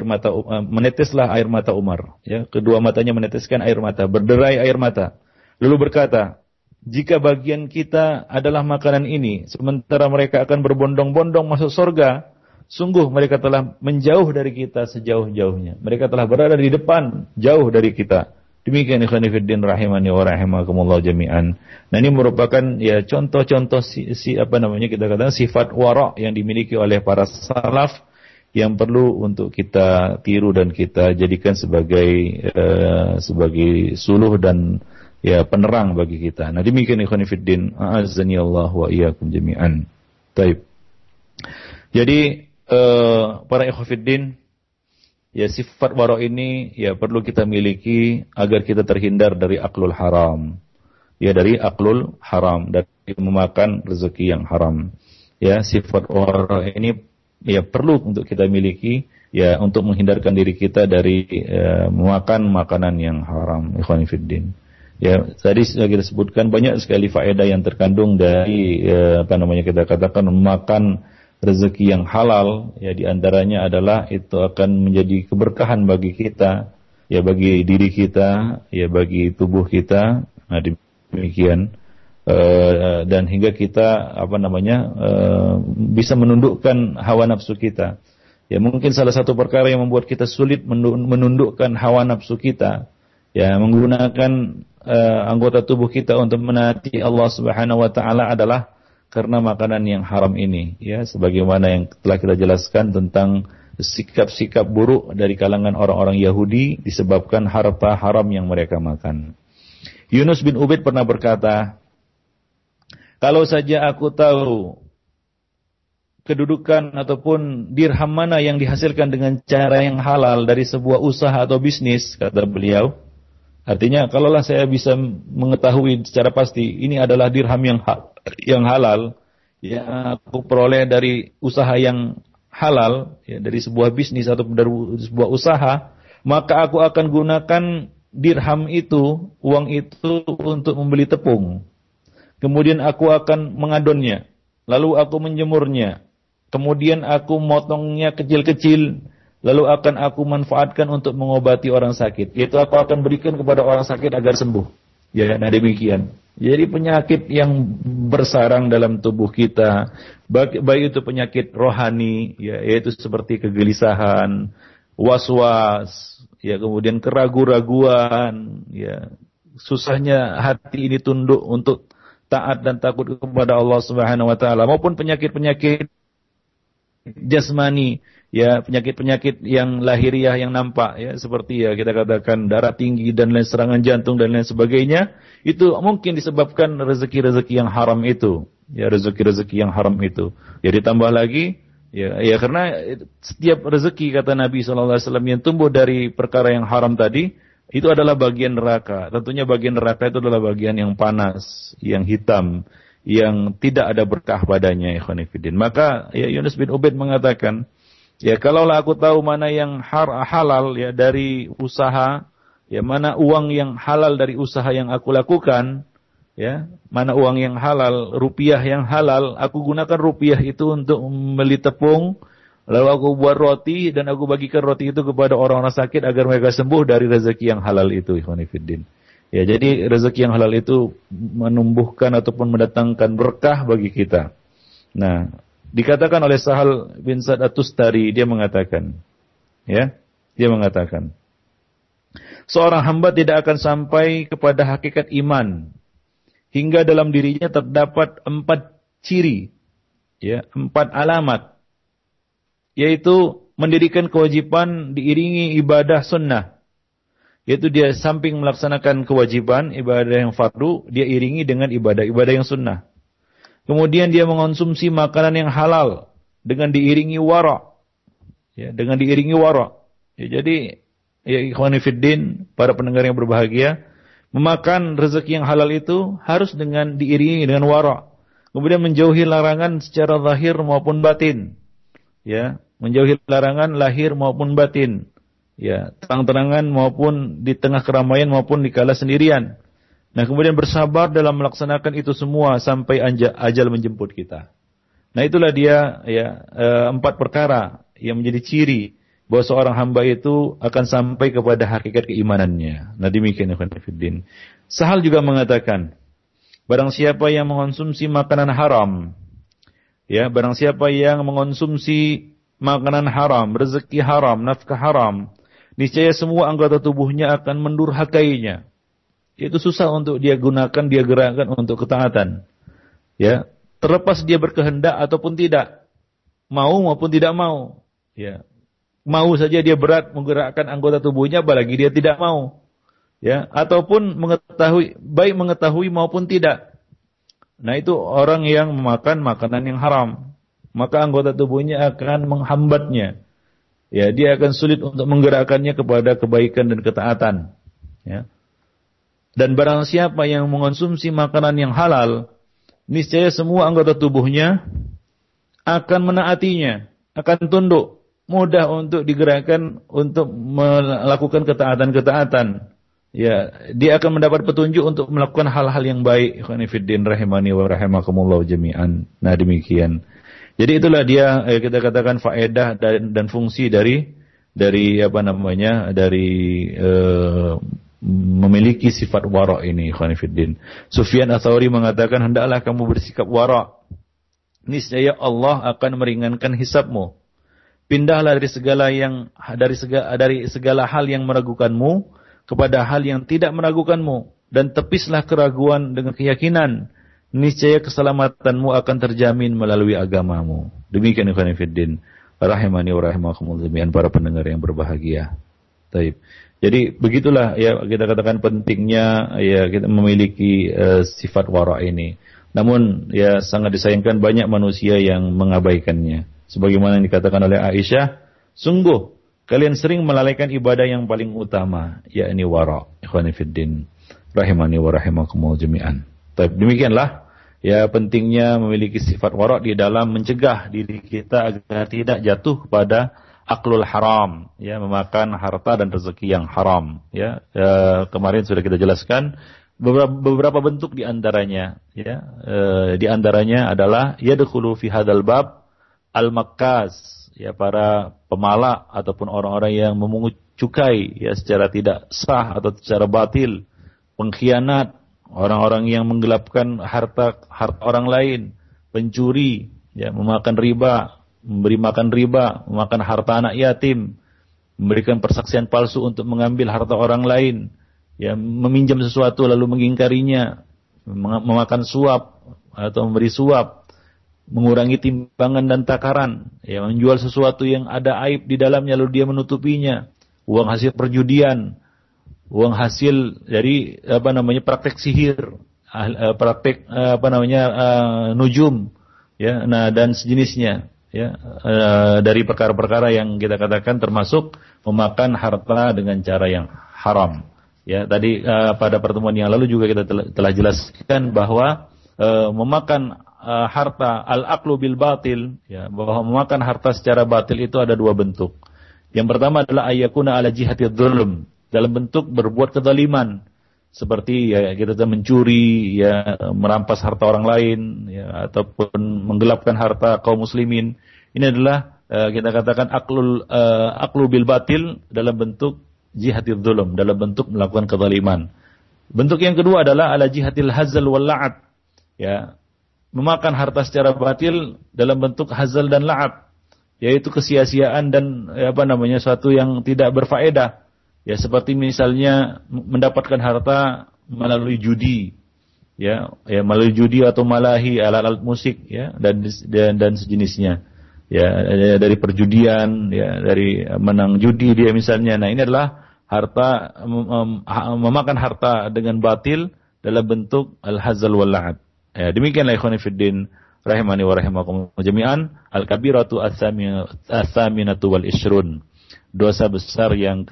air mata Umar. Ya, kedua matanya meneteskan air mata, berderai air mata. Lalu berkata, jika bagian kita adalah makanan ini, sementara mereka akan berbondong-bondong masuk surga, sungguh mereka telah menjauh dari kita sejauh-jauhnya. Mereka telah berada di depan, jauh dari kita. Demikian ikhwan fillah rahimani wa rahimakumullah jami'an. Nah, ini merupakan ya contoh-contoh kita katakan sifat wara' yang dimiliki oleh para salaf yang perlu untuk kita tiru dan kita jadikan sebagai suluh dan ya penerang bagi kita. Nah, demikian ikhwan fillah, a'azzani Allah wa iyyakum jami'an. Baik. Jadi para ikhwan fillah, ya sifat wara' ini ya perlu kita miliki agar kita terhindar dari aklul haram. Ya, dari aklul haram, dari memakan rezeki yang haram. Ya, sifat wara' ini ya perlu untuk kita miliki ya untuk menghindarkan diri kita dari memakan makanan yang haram. Ikhwan fillah. Ya, tadi sudah kita sebutkan banyak sekali faedah yang terkandung dari kita katakan makan rezeki yang halal. Ya, di antaranya adalah itu akan menjadi keberkahan bagi kita, ya bagi diri kita, ya bagi tubuh kita. Nah, demikian dan hingga kita bisa menundukkan hawa nafsu kita. Ya, mungkin salah satu perkara yang membuat kita sulit menundukkan hawa nafsu kita, ya menggunakan anggota tubuh kita untuk menaati Allah Subhanahu wa taala adalah karena makanan yang haram ini, ya sebagaimana yang telah kita jelaskan tentang sikap-sikap buruk dari kalangan orang-orang Yahudi disebabkan harta haram yang mereka makan. Yunus bin Ubaid pernah berkata, kalau saja aku tahu kedudukan ataupun dirham mana yang dihasilkan dengan cara yang halal dari sebuah usaha atau bisnis, kata beliau. Artinya, kalaulah saya bisa mengetahui secara pasti ini adalah dirham yang halal, yang aku peroleh dari usaha yang halal, ya, dari sebuah bisnis atau dari sebuah usaha, maka aku akan gunakan dirham itu, uang itu untuk membeli tepung. Kemudian aku akan mengadonnya, lalu aku menjemurnya, kemudian aku motongnya kecil-kecil, lalu akan aku manfaatkan untuk mengobati orang sakit. Yaitu aku akan berikan kepada orang sakit agar sembuh. Ya, nah demikian. Jadi penyakit yang bersarang dalam tubuh kita, baik itu penyakit rohani, ya, yaitu seperti kegelisahan, was-was, ya, kemudian keraguan-raguan, ya, susahnya hati ini tunduk untuk taat dan takut kepada Allah Subhanahu wa taala, maupun penyakit-penyakit jasmani, ya penyakit-penyakit yang lahiriah yang nampak, ya seperti ya kita katakan darah tinggi dan lain serangan jantung dan lain sebagainya, itu mungkin disebabkan rezeki-rezeki yang haram itu, ya rezeki-rezeki yang haram itu. Ya ditambah lagi ya karena setiap rezeki kata Nabi SAW yang tumbuh dari perkara yang haram tadi itu adalah bagian neraka. Tentunya bagian neraka itu adalah bagian yang panas, yang hitam, yang tidak ada berkah padanya, ikhwan fillah. Maka ya Yunus bin Ubaid mengatakan, ya kalaulah aku tahu mana yang halal ya dari usaha, ya mana uang yang halal dari usaha yang aku lakukan, ya mana uang yang halal, rupiah yang halal, aku gunakan rupiah itu untuk membeli tepung, lalu aku buat roti dan aku bagikan roti itu kepada orang-orang sakit agar mereka sembuh dari rezeki yang halal itu, ikhwan fillah. Ya, jadi rezeki yang halal itu menumbuhkan ataupun mendatangkan berkah bagi kita. Nah, dikatakan oleh Sahal bin Sa'd At-Tustari, dia mengatakan, seorang hamba tidak akan sampai kepada hakikat iman hingga dalam dirinya terdapat 4 ciri, ya, 4 alamat, yaitu mendirikan kewajiban diiringi ibadah sunnah. Yaitu dia samping melaksanakan kewajiban, ibadah yang fardu, dia iringi dengan ibadah-ibadah yang sunnah. Kemudian dia mengonsumsi makanan yang halal dengan diiringi wara. Ya, dengan diiringi wara. Ya, jadi ya ikhwani fiddin, para pendengar yang berbahagia, memakan rezeki yang halal itu harus dengan diiringi dengan wara. Kemudian menjauhi larangan secara zahir maupun batin. ya, menjauhi larangan lahir maupun batin, ya, terang-terangan maupun di tengah keramaian maupun di kala sendirian. Nah, kemudian bersabar dalam melaksanakan itu semua sampai ajal menjemput kita. Nah, itulah dia, ya, 4 perkara yang menjadi ciri bahwa seorang hamba itu akan sampai kepada hakikat keimanannya. Nah, demikian ikhwan fillah. Sahal juga mengatakan, barang siapa yang mengonsumsi makanan haram, ya, barang siapa yang mengonsumsi makanan haram, rezeki haram, nafkah haram, niscaya semua anggota tubuhnya akan mendurhakainya. Itu susah untuk dia gunakan, dia gerakkan untuk ketaatan. Ya, terlepas dia berkehendak ataupun tidak, mau maupun tidak mau. Ya, mau saja dia berat menggerakkan anggota tubuhnya, apalagi dia tidak mau. Ya, ataupun baik mengetahui maupun tidak. Nah, itu orang yang memakan makanan yang haram, maka anggota tubuhnya akan menghambatnya. Ya, dia akan sulit untuk menggerakkannya kepada kebaikan dan ketaatan. Ya. Dan barang siapa yang mengonsumsi makanan yang halal, niscaya semua anggota tubuhnya akan menaatinya, akan tunduk, mudah untuk digerakkan untuk melakukan ketaatan-ketaatan. Ya, dia akan mendapat petunjuk untuk melakukan hal-hal yang baik. Ikhwani fiddin rahimani wa rahimakumullah jami'an. Nah, demikian. Jadi itulah dia kita katakan faedah dan fungsi dari memiliki sifat wara' ini, ikhwan fillah. Sufyan Ats-Tsauri mengatakan, hendaklah kamu bersikap wara', niscaya Allah akan meringankan hisabmu. Pindahlah dari segala hal yang meragukanmu kepada hal yang tidak meragukanmu, dan tepislah keraguan dengan keyakinan. Niscaya keselamatanmu akan terjamin melalui agamamu. Demikian ikhwan fillah, rahimani wa rahimakumullah jami'an, para pendengar yang berbahagia. Taib. Jadi begitulah, ya, kita katakan pentingnya, ya, kita memiliki sifat wara' ini. Namun, ya, sangat disayangkan banyak manusia yang mengabaikannya. Sebagaimana yang dikatakan oleh Aisyah, sungguh kalian sering melalaikan ibadah yang paling utama, yakni wara'. Ikhwani fiddin, rahimani wa rahimakumullah jami'an. Demikianlah, ya, pentingnya memiliki sifat wara' di dalam mencegah diri kita agar tidak jatuh pada aklul haram, ya, memakan harta dan rezeki yang haram, ya. Kemarin sudah kita jelaskan beberapa bentuk di antaranya, ya. Di antaranya adalah yadkhulu fi hadzal bab al-makkas, ya, para pemalak ataupun orang-orang yang memungut cukai, ya, secara tidak sah atau secara batil, pengkhianat, orang-orang yang menggelapkan harta orang lain, pencuri, ya, memakan riba, memberi makan riba, memakan harta anak yatim, memberikan persaksian palsu untuk mengambil harta orang lain, ya, meminjam sesuatu lalu mengingkarinya, memakan suap atau memberi suap, mengurangi timbangan dan takaran, ya, menjual sesuatu yang ada aib di dalamnya lalu dia menutupinya, uang hasil perjudian, uang hasil dari praktek sihir, praktek nujum, ya, nah, dan sejenisnya. Ya, dari perkara-perkara yang kita katakan termasuk memakan harta dengan cara yang haram. Ya, tadi pada pertemuan yang lalu juga kita telah jelaskan bahwa memakan harta al-aqlu bil batil, ya, bahwa memakan harta secara batil itu ada 2 bentuk. Yang pertama adalah ayyakuna ala jihati dzulm, dalam bentuk berbuat kezaliman, seperti, ya, kita mencuri, ya, merampas harta orang lain, ya, ataupun menggelapkan harta kaum muslimin. Ini adalah kita katakan aqlu bil batil dalam bentuk jihadil dzulm, dalam bentuk melakukan kezaliman. Bentuk yang kedua adalah ala jihadil hazal wal la'ab, ya, memakan harta secara batil dalam bentuk hazal dan la'ab, yaitu kesia-siaan dan suatu yang tidak berfaedah. Ya, seperti misalnya mendapatkan harta melalui judi, ya, melalui judi atau malahi, alat-alat musik, ya, dan sejenisnya, ya, dari perjudian, ya, dari menang judi dia misalnya. Nah, ini adalah harta, memakan harta dengan batil dalam bentuk al-hazal wal la'ab. Ya, demikianlah ikhwan fiddin rahimani wa rahimakumullah jami'an, al-kabiratu ats-tsaminatu wal ishrun. Dosa besar yang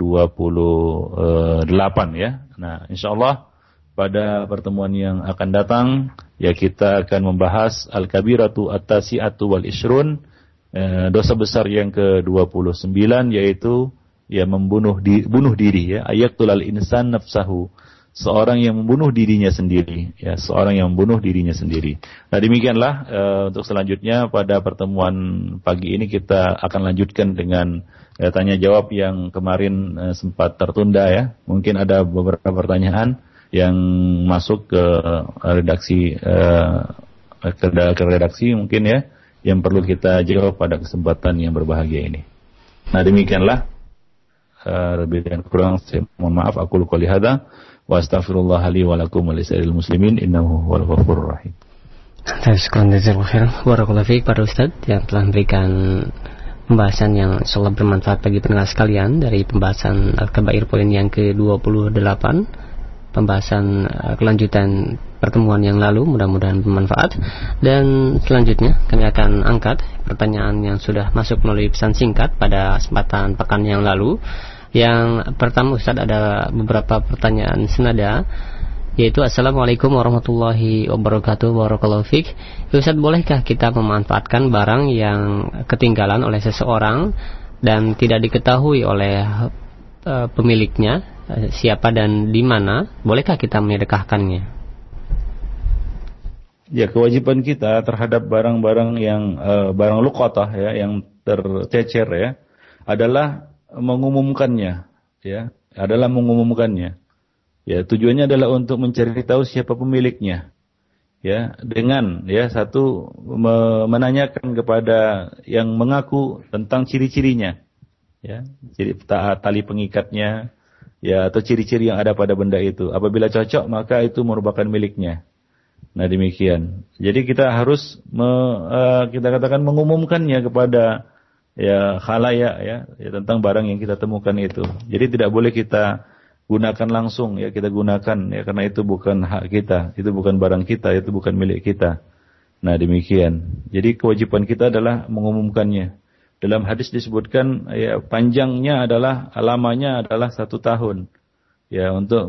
ke-28, ya. Nah, insyaallah pada pertemuan yang akan datang, ya, kita akan membahas al-kabiratu at-tasi'atu wal ishrun, Dosa besar yang ke-29 yaitu bunuh diri, ya, ayaktulal insan nafsahu, seorang yang membunuh dirinya sendiri, ya, seorang yang membunuh dirinya sendiri. Nah, demikianlah untuk selanjutnya pada pertemuan pagi ini kita akan lanjutkan dengan tanya jawab yang kemarin sempat tertunda, ya. Mungkin ada beberapa pertanyaan yang masuk ke redaksi ke redaksi mungkin, ya, yang perlu kita jawab pada kesempatan yang berbahagia ini. Nah, demikianlah, lebih dan kurang saya mohon maaf. Aku qouli hadza wa astaghfirullah li wa lakum wa lisa'iril muslimin innahu huwal ghafurur rahim. Jazakallahu khairan. Barakallahu fiik para ustaz yang telah memberikan pembahasan yang insyaallah bermanfaat bagi pendengar sekalian dari pembahasan Al-Kabair poin yang ke-28, pembahasan kelanjutan pertemuan yang lalu, mudah-mudahan bermanfaat. Dan selanjutnya kami akan angkat pertanyaan yang sudah masuk melalui pesan singkat pada kesempatan pekan yang lalu. Yang pertama Ustaz, ada beberapa pertanyaan senada, yaitu Assalamualaikum warahmatullahi wabarakatuh. Barakallahu fiik. Ustaz, bolehkah kita memanfaatkan barang yang ketinggalan oleh seseorang dan tidak diketahui oleh pemiliknya siapa dan di mana? Bolehkah kita menyedekahkannya? Ya, kewajiban kita terhadap barang-barang yang barang luqatah, ya, yang tercecer, ya, adalah mengumumkannya, ya, adalah mengumumkannya. Ya, tujuannya adalah untuk mencari tahu siapa pemiliknya, ya, dengan, ya, satu menanyakan kepada yang mengaku tentang ciri-cirinya, ya, tali pengikatnya, ya, atau ciri-ciri yang ada pada benda itu. Apabila cocok, maka itu merupakan miliknya. Nah, demikian. Jadi kita harus kita katakan mengumumkannya kepada, ya, khalayak, ya, tentang barang yang kita temukan itu. Jadi tidak boleh kita gunakan langsung, ya, kita gunakan, ya, karena itu bukan hak kita, itu bukan barang kita, itu bukan milik kita. Nah, demikian. Jadi kewajiban kita adalah mengumumkannya. Dalam hadis disebutkan, ya, panjangnya adalah, lamanya adalah 1 tahun. Ya, untuk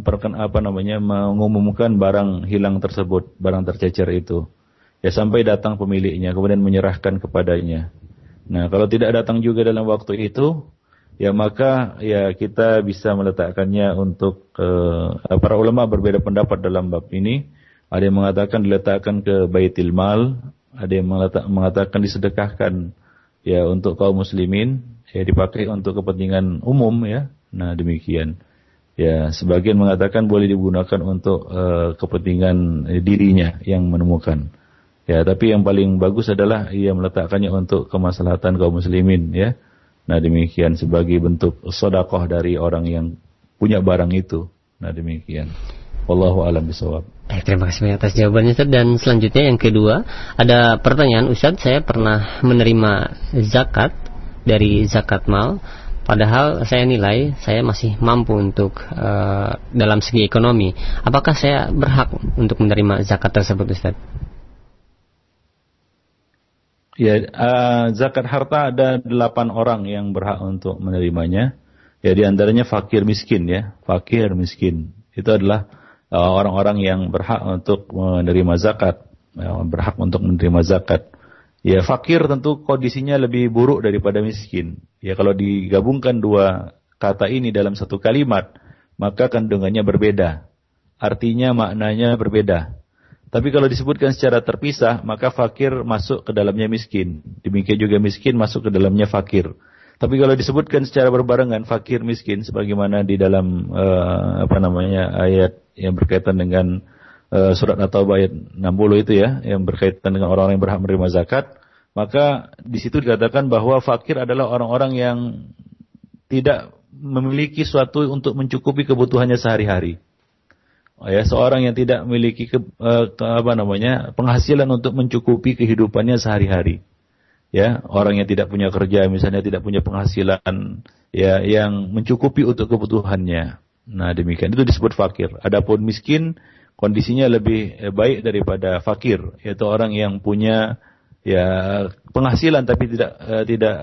mengumumkan barang hilang tersebut, barang tercecer itu. Ya, sampai datang pemiliknya, kemudian menyerahkan kepadanya. Nah, kalau tidak datang juga dalam waktu itu, ya, maka, ya, kita bisa meletakkannya untuk para ulama berbeda pendapat dalam bab ini. Ada yang mengatakan diletakkan ke Baitul Mal, ada yang mengatakan disedekahkan, ya, untuk kaum muslimin, ya, dipakai untuk kepentingan umum, ya. Nah, demikian. Ya, sebagian mengatakan boleh digunakan untuk kepentingan dirinya yang menemukan. Ya, tapi yang paling bagus adalah ia meletakkannya untuk kemaslahatan kaum muslimin, ya. Nah, demikian, sebagai bentuk sedekah dari orang yang punya barang itu. Nah, demikian. Wallahu a'lam bishawab. Baik, terima kasih banyak atas jawabannya, Ustaz. Dan selanjutnya yang kedua, ada pertanyaan, Ustaz, saya pernah menerima zakat dari zakat mal, padahal saya nilai saya masih mampu untuk dalam segi ekonomi. Apakah saya berhak untuk menerima zakat tersebut, Ustaz? Ya, zakat harta ada 8 orang yang berhak untuk menerimanya. Ya, di antaranya fakir miskin, ya. Fakir miskin. Itu adalah orang-orang yang berhak untuk menerima zakat, ya, berhak untuk menerima zakat. Ya, fakir tentu kondisinya lebih buruk daripada miskin. Ya, kalau digabungkan dua kata ini dalam satu kalimat, maka kandungannya berbeda. Artinya, maknanya berbeda. Tapi kalau disebutkan secara terpisah, maka fakir masuk ke dalamnya miskin. Demikian juga miskin masuk ke dalamnya fakir. Tapi kalau disebutkan secara berbarengan, fakir miskin, sebagaimana di dalam ayat yang berkaitan dengan surat At-Taubah ayat 60 itu, ya, yang berkaitan dengan orang-orang yang berhak menerima zakat, maka di situ dikatakan bahwa fakir adalah orang-orang yang tidak memiliki suatu untuk mencukupi kebutuhannya sehari-hari. Ya, seorang yang tidak memiliki penghasilan untuk mencukupi kehidupannya sehari-hari. Ya, orang yang tidak punya kerja, misalnya tidak punya penghasilan, ya, yang mencukupi untuk kebutuhannya. Nah, demikian itu disebut fakir. Adapun miskin kondisinya lebih baik daripada fakir, yaitu orang yang punya, ya, penghasilan tapi tidak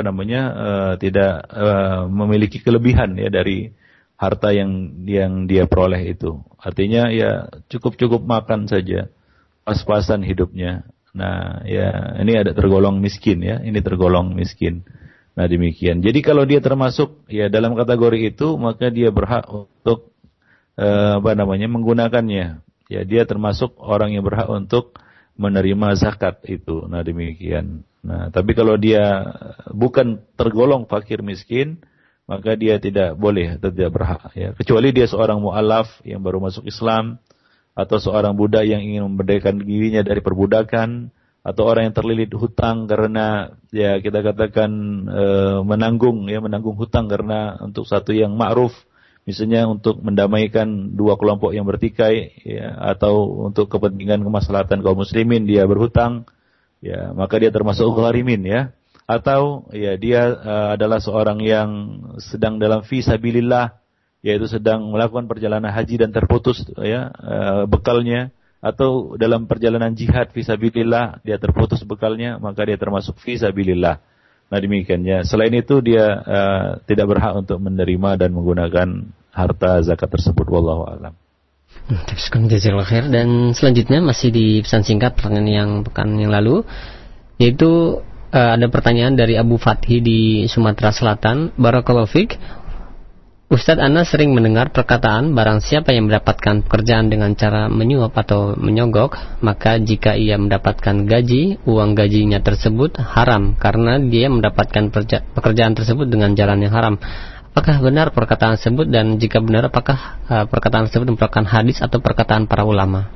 memiliki kelebihan, ya, dari harta yang dia peroleh itu. Artinya, ya, cukup makan saja, pas-pasan hidupnya. Nah, ya ini ada tergolong miskin ya, ini tergolong miskin. Nah, demikian. Jadi kalau dia termasuk ya dalam kategori itu, maka dia berhak untuk menggunakannya. Ya, dia termasuk orang yang berhak untuk menerima zakat itu. Nah, demikian. Nah, tapi kalau dia bukan tergolong fakir miskin, maka dia tidak boleh atau tidak berhak ya. Kecuali dia seorang mu'alaf yang baru masuk Islam, atau seorang budak yang ingin memerdekakan dirinya dari perbudakan, atau orang yang terlilit hutang karena ya kita katakan menanggung hutang karena untuk satu yang ma'ruf, misalnya untuk mendamaikan dua kelompok yang bertikai ya, atau untuk kepentingan kemaslahatan kaum muslimin dia berhutang ya, maka dia termasuk gharimin ya. Atau ya dia adalah seorang yang sedang dalam fi sabilillah, yaitu sedang melakukan perjalanan haji dan terputus ya bekalnya, atau dalam perjalanan jihad fisabilillah dia terputus bekalnya, maka dia termasuk fisabilillah. Nah, demikiannya. Selain itu dia tidak berhak untuk menerima dan menggunakan harta zakat tersebut. Wallahu a'lam. Jazakallahu khair. Dan selanjutnya masih di pesan singkat pertanyaan yang pekan yang lalu, yaitu ada pertanyaan dari Abu Fathi di Sumatera Selatan. Barakallahu fiik. Ustadz, Ana sering mendengar perkataan barang siapa yang mendapatkan pekerjaan dengan cara menyuap atau menyogok, maka jika ia mendapatkan gaji, uang gajinya tersebut haram karena dia mendapatkan pekerjaan tersebut dengan jalan yang haram. Apakah benar perkataan tersebut, dan jika benar apakah perkataan tersebut merupakan hadis atau perkataan para ulama?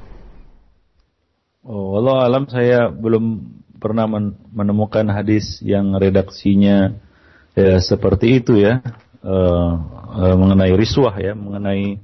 Oh, wallahu alam, saya belum pernah menemukan hadis yang redaksinya ya seperti itu ya. Mengenai riswah ya, mengenai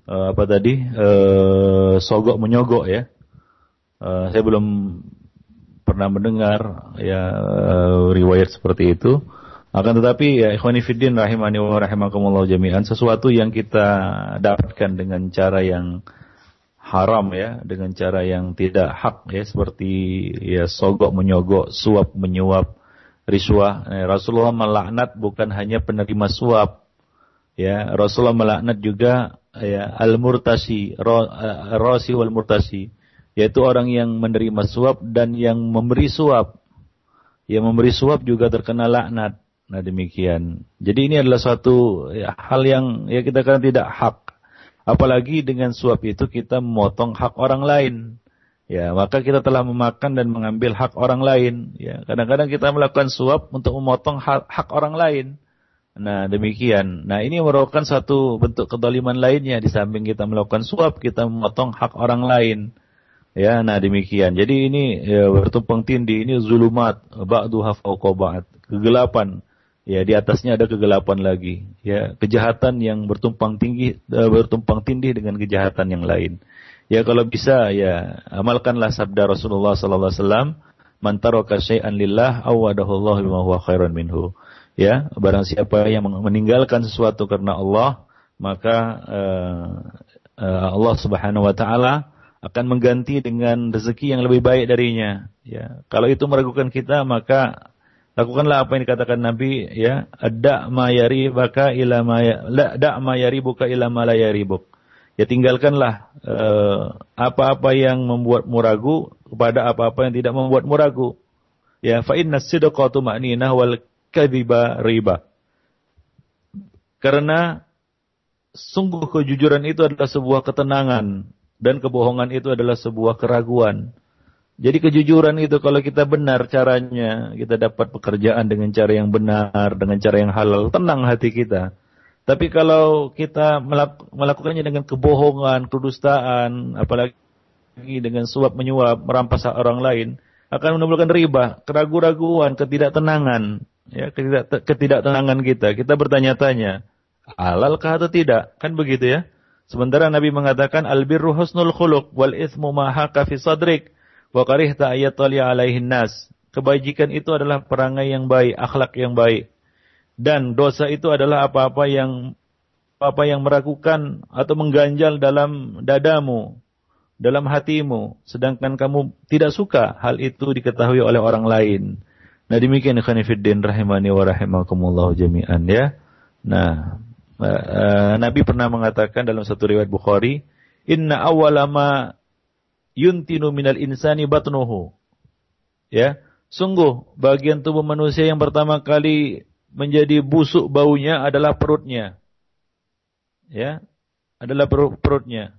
sogok menyogok ya. Saya belum pernah mendengar ya riwayat seperti itu. Akan tetapi ya ikhwani fiddin rahimani wa rahimakumullah jami'an, sesuatu yang kita dapatkan dengan cara yang haram ya, dengan cara yang tidak hak ya, seperti ya sogok menyogok, suap menyuap, riswah. Rasulullah melaknat bukan hanya penerima suap ya, Rasulullah melaknat juga ya al-murtasi, rasi wal murtasi, yaitu orang yang menerima suap dan yang memberi suap. Yang memberi suap juga terkena laknat. Nah, demikian. Jadi ini adalah suatu ya, hal yang ya kita katakan tidak hak. Apalagi dengan suap itu kita memotong hak orang lain. Ya, maka kita telah memakan dan mengambil hak orang lain. Ya, kadang-kadang kita melakukan suap untuk memotong hak orang lain. Nah, demikian. Nah, ini merupakan satu bentuk kezaliman lainnya. Di samping kita melakukan suap, kita memotong hak orang lain. Ya, nah demikian. Jadi ini ya, bertumpang tindih. Ini zulumat, ba'duha fawqa ba'd. Kegelapan. Ya, di atasnya ada kegelapan lagi. Ya, kejahatan yang bertumpang tindih dengan kejahatan yang lain. Ya, kalau bisa ya amalkanlah sabda Rasulullah sallallahu alaihi wasallam, "Man taraka syai'an lillah awadahu Allah bima huwa khairan minhu." Ya, barang siapa yang meninggalkan sesuatu karena Allah, maka Allah Subhanahu wa taala akan mengganti dengan rezeki yang lebih baik darinya. Ya, kalau itu meragukan kita, maka lakukanlah apa yang dikatakan Nabi ya, da' ma yaribaka ila ma da' ma yaribuka ila ma la yaribuk. Ya, tinggalkanlah apa-apa yang membuatmu ragu kepada apa-apa yang tidak membuatmu ragu. Ya, fa inna sidqa tuma'ninah wal kadhiba riba. Karena sungguh kejujuran itu adalah sebuah ketenangan dan kebohongan itu adalah sebuah keraguan. Jadi kejujuran itu kalau kita benar caranya, kita dapat pekerjaan dengan cara yang benar, dengan cara yang halal, tenang hati kita. Tapi kalau kita melakukannya dengan kebohongan, kedustaan, apalagi dengan suap menyuap, merampas hak orang lain, akan menimbulkan riba, keraguan-raguan, ketidaktenangan, ya, ketidaktenangan kita. Kita bertanya-tanya, halalkah atau tidak? Kan begitu ya. Sementara Nabi mengatakan albirru husnul khuluq wal itsmu ma haqa fi sadrik wa karihta ayatali alaihin nas. Kebajikan itu adalah perangai yang baik, akhlak yang baik. Dan dosa itu adalah apa-apa yang meragukan atau mengganjal dalam dadamu, dalam hatimu, sedangkan kamu tidak suka hal itu diketahui oleh orang lain. Nah, demikian ikhwan fillah rahimani wa rahimakumullah jami'an ya. Nah, Nabi pernah mengatakan dalam satu riwayat Bukhari, "Inna awwala ma yuntinu minal insani batnuhu." Ya, sungguh bagian tubuh manusia yang pertama kali menjadi busuk baunya adalah perutnya. Ya, adalah perutnya.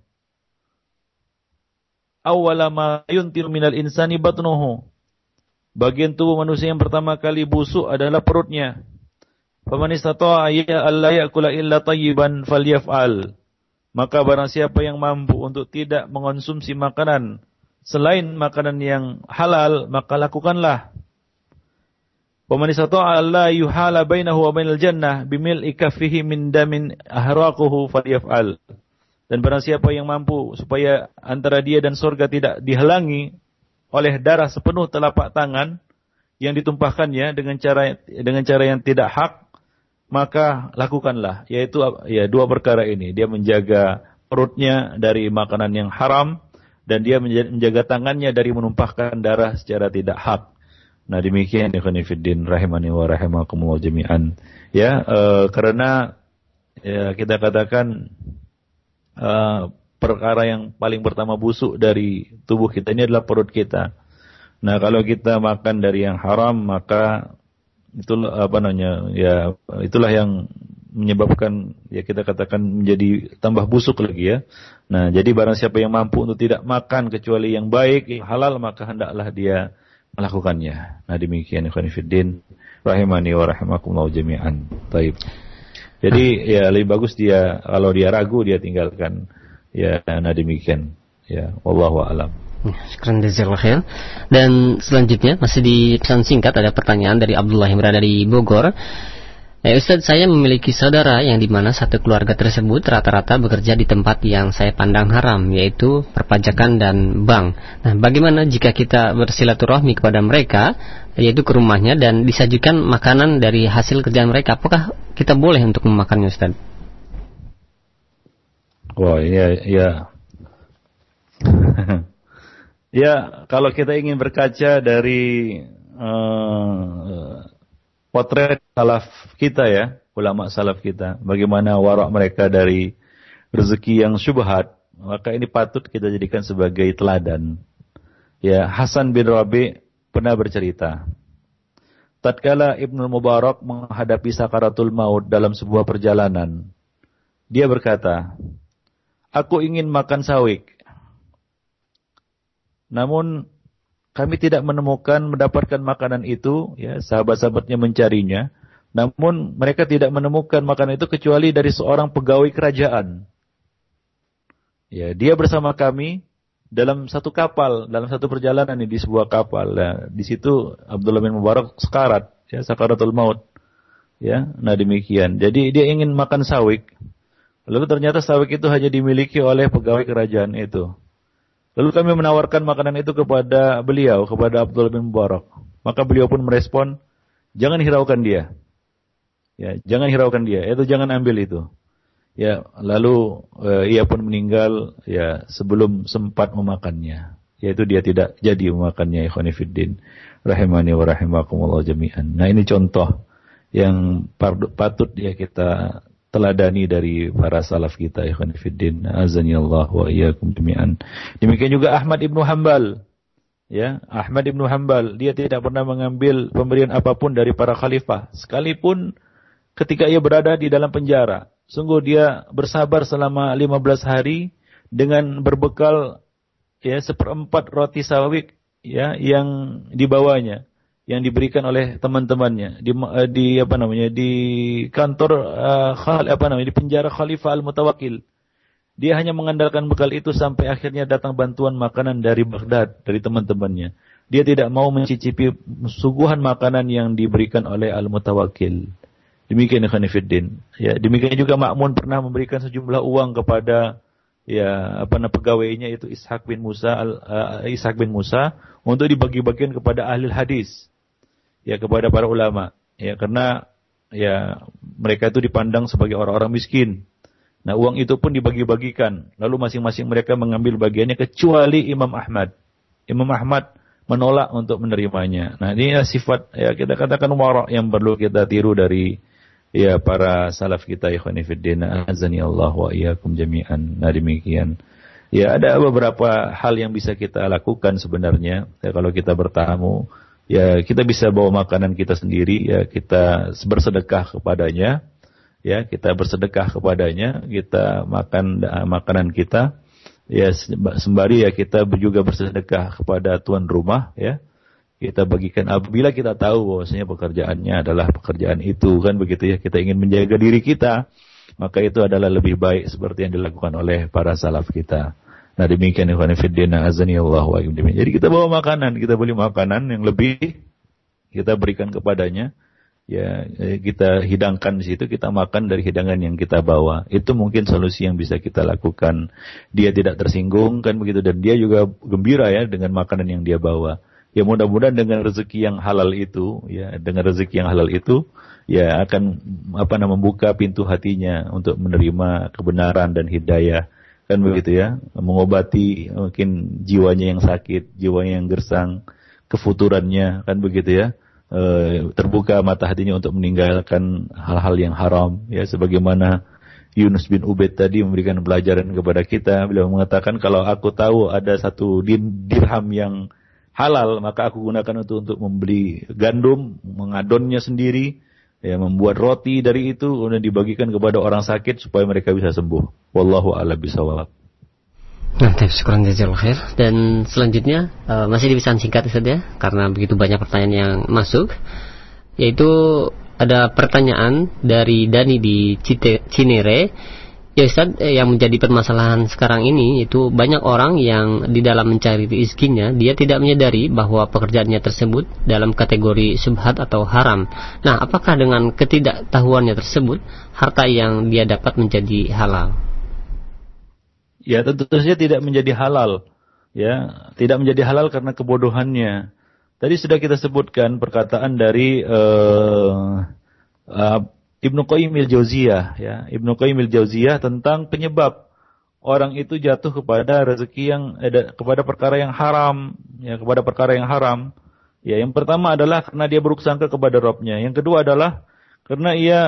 Awwala ma yuntiru minal insani batnuhu. Bagian tubuh manusia yang pertama kali busuk adalah perutnya. Faman istata'a alla ya'kula illa tayyiban falyaf'al. Maka barang siapa yang mampu untuk tidak mengonsumsi makanan selain makanan yang halal, maka lakukanlah. Faman istata'a alla yuhala bainahu wa bainal jannah bimil'i kaffihi min damin ahraquhu falyaf'al. Dan barang siapa yang mampu supaya antara dia dan surga tidak dihalangi oleh darah sepenuh telapak tangan yang ditumpahkannya dengan cara yang tidak hak, maka lakukanlah. Yaitu ya dua perkara ini. Dia menjaga perutnya dari makanan yang haram dan dia menjaga tangannya dari menumpahkan darah secara tidak hak. Nah, demikian ikhwan fillah rahimani wa rahimakumullah jami'an. Ya, karena ya, kita katakan perkara yang paling pertama busuk dari tubuh kita ini adalah perut kita. Nah, kalau kita makan dari yang haram, maka itulah itulah yang menyebabkan ya kita katakan menjadi tambah busuk lagi ya. Nah, jadi barang siapa yang mampu untuk tidak makan kecuali yang baik, yang halal, maka hendaklah dia melakukannya. Nah, demikian ikhwan fillah rahimani wa rahimakumullah jami'an. Baik. Jadi ya lebih bagus dia kalau dia ragu dia tinggalkan. Ya, nah demikian. Ya, wallahu a'lam. Syukran jazakallahu khair. Dan selanjutnya masih di pesan singkat ada pertanyaan dari Abdullah yang berada di Bogor. Ustaz, saya memiliki saudara yang dimana satu keluarga tersebut rata-rata bekerja di tempat yang saya pandang haram, yaitu perpajakan dan bank. Nah, bagaimana jika kita bersilaturahmi kepada mereka, yaitu ke rumahnya dan disajikan makanan dari hasil kerjaan mereka? Apakah kita boleh untuk memakannya, Ustaz? Wah, ya. Ya, kalau kita ingin berkaca dari potret salaf kita ya, ulama salaf kita, bagaimana warak mereka dari rezeki yang syubhat, maka ini patut kita jadikan sebagai teladan. Ya, Hasan bin Rabi pernah bercerita, tatkala Ibnu Mubarak menghadapi sakaratul maut dalam sebuah perjalanan, dia berkata, aku ingin makan sawik. Namun kami tidak mendapatkan makanan itu, ya, sahabat-sahabatnya mencarinya, namun mereka tidak menemukan makanan itu kecuali dari seorang pegawai kerajaan. Ya, dia bersama kami dalam satu kapal, dalam satu perjalanan di sebuah kapal. Nah, di situ Abdullah bin Mubarak sekarat, ya, sakaratul maut. Ya, nah demikian. Jadi dia ingin makan sawik. Lalu ternyata sawik itu hanya dimiliki oleh pegawai kerajaan itu. Lalu kami menawarkan makanan itu kepada beliau, kepada Abdullah bin Mubarak. Maka beliau pun merespon, jangan hiraukan dia. Ya, jangan hiraukan dia, itu jangan ambil itu. Ya, lalu ia pun meninggal ya sebelum sempat memakannya. Yaitu dia tidak jadi memakannya, ikhwan fillah rahimani wa rahimakumullah jami'an. Nah, ini contoh yang patut ya kita teladani dari para salaf kita, ikhwan fillah, azani Allah wa iyyakum jami'an. Demikian juga Ahmad ibnu Hanbal. Ya, Ahmad ibnu Hanbal, dia tidak pernah mengambil pemberian apapun dari para khalifah, sekalipun ketika ia berada di dalam penjara. Sungguh dia bersabar selama 15 hari dengan berbekal ya 1/4 roti sawik ya yang dibawanya, yang diberikan oleh teman-temannya di kantor di penjara Khalifah Al-Mutawakkil. Dia hanya mengandalkan bekal itu sampai akhirnya datang bantuan makanan dari Baghdad, dari teman-temannya. Dia tidak mau mencicipi suguhan makanan yang diberikan oleh Al-Mutawakkil. Demikian ikhwan fillah. Ya, demikian juga Ma'mun pernah memberikan sejumlah uang kepada pegawainya itu Ishaq bin Musa untuk dibagi-bagikan kepada ahli hadis. Ya, kepada para ulama, ya, karena ya mereka itu dipandang sebagai orang-orang miskin. Nah, uang itu pun dibagi-bagikan, lalu masing-masing mereka mengambil bagiannya kecuali Imam Ahmad. Imam Ahmad menolak untuk menerimanya. Nah, ini sifat ya kita katakan wara' yang perlu kita tiru dari ya para salaf kita, ikhwan fillah, azani Allah wa iyyakum jami'an. Nah, demikian. Ya, ada beberapa hal yang bisa kita lakukan sebenarnya. Ya, kalau kita bertamu, ya kita bisa bawa makanan kita sendiri, ya kita bersedekah kepadanya, ya kita bersedekah kepadanya, kita makan makanan kita, ya sembari ya kita juga bersedekah kepada tuan rumah, ya kita bagikan apabila kita tahu bahwasanya pekerjaannya adalah pekerjaan itu, kan begitu ya, kita ingin menjaga diri kita, maka itu adalah lebih baik seperti yang dilakukan oleh para salaf kita. Nah demikian ikhwan fillah azanillahu wa iyyakum. Jadi kita bawa makanan, kita beli makanan yang lebih, kita berikan kepadanya, ya kita hidangkan di situ, kita makan dari hidangan yang kita bawa. Itu mungkin solusi yang bisa kita lakukan. Dia tidak tersinggung, kan begitu, dan dia juga gembira ya dengan makanan yang dia bawa. Ya mudah-mudahan dengan rezeki yang halal itu, ya dengan rezeki yang halal itu, ya akan membuka pintu hatinya untuk menerima kebenaran dan hidayah. Kan begitu ya, mengobati mungkin jiwanya yang sakit, jiwanya yang gersang, kefuturannya, kan begitu ya, terbuka mata hatinya untuk meninggalkan hal-hal yang haram, ya sebagaimana Yunus bin Ubaid tadi memberikan pelajaran kepada kita. Beliau mengatakan, kalau aku tahu ada satu dirham yang halal, maka aku gunakan untuk membeli gandum, mengadonnya sendiri, ya membuat roti dari itu, kemudian dibagikan kepada orang sakit supaya mereka bisa sembuh. Wallahu a'lam bishawab. Nah, syukran jazakallahu khair. Dan selanjutnya masih di pesan singkat Ustaz ya, karena begitu banyak pertanyaan yang masuk. Yaitu ada pertanyaan dari Dani di Cinere. Ya Ustaz, yang menjadi permasalahan sekarang ini itu banyak orang yang di dalam mencari rezekinya, dia tidak menyadari bahwa pekerjaannya tersebut dalam kategori syubhat atau haram. Nah, apakah dengan ketidaktahuannya tersebut, harta yang dia dapat menjadi halal? Ya, tentu saja tidak menjadi halal. Ya, tidak menjadi halal karena kebodohannya. Tadi sudah kita sebutkan perkataan dari Ibnu Qayyim al-Jauziyah, ya, Ibnu Qayyim al-Jauziyah tentang penyebab orang itu jatuh kepada rezeki yang kepada perkara yang haram, ya, kepada perkara yang haram. Ya, yang pertama adalah karena dia buruk sangka kepada Rabb-nya. Yang kedua adalah karena ia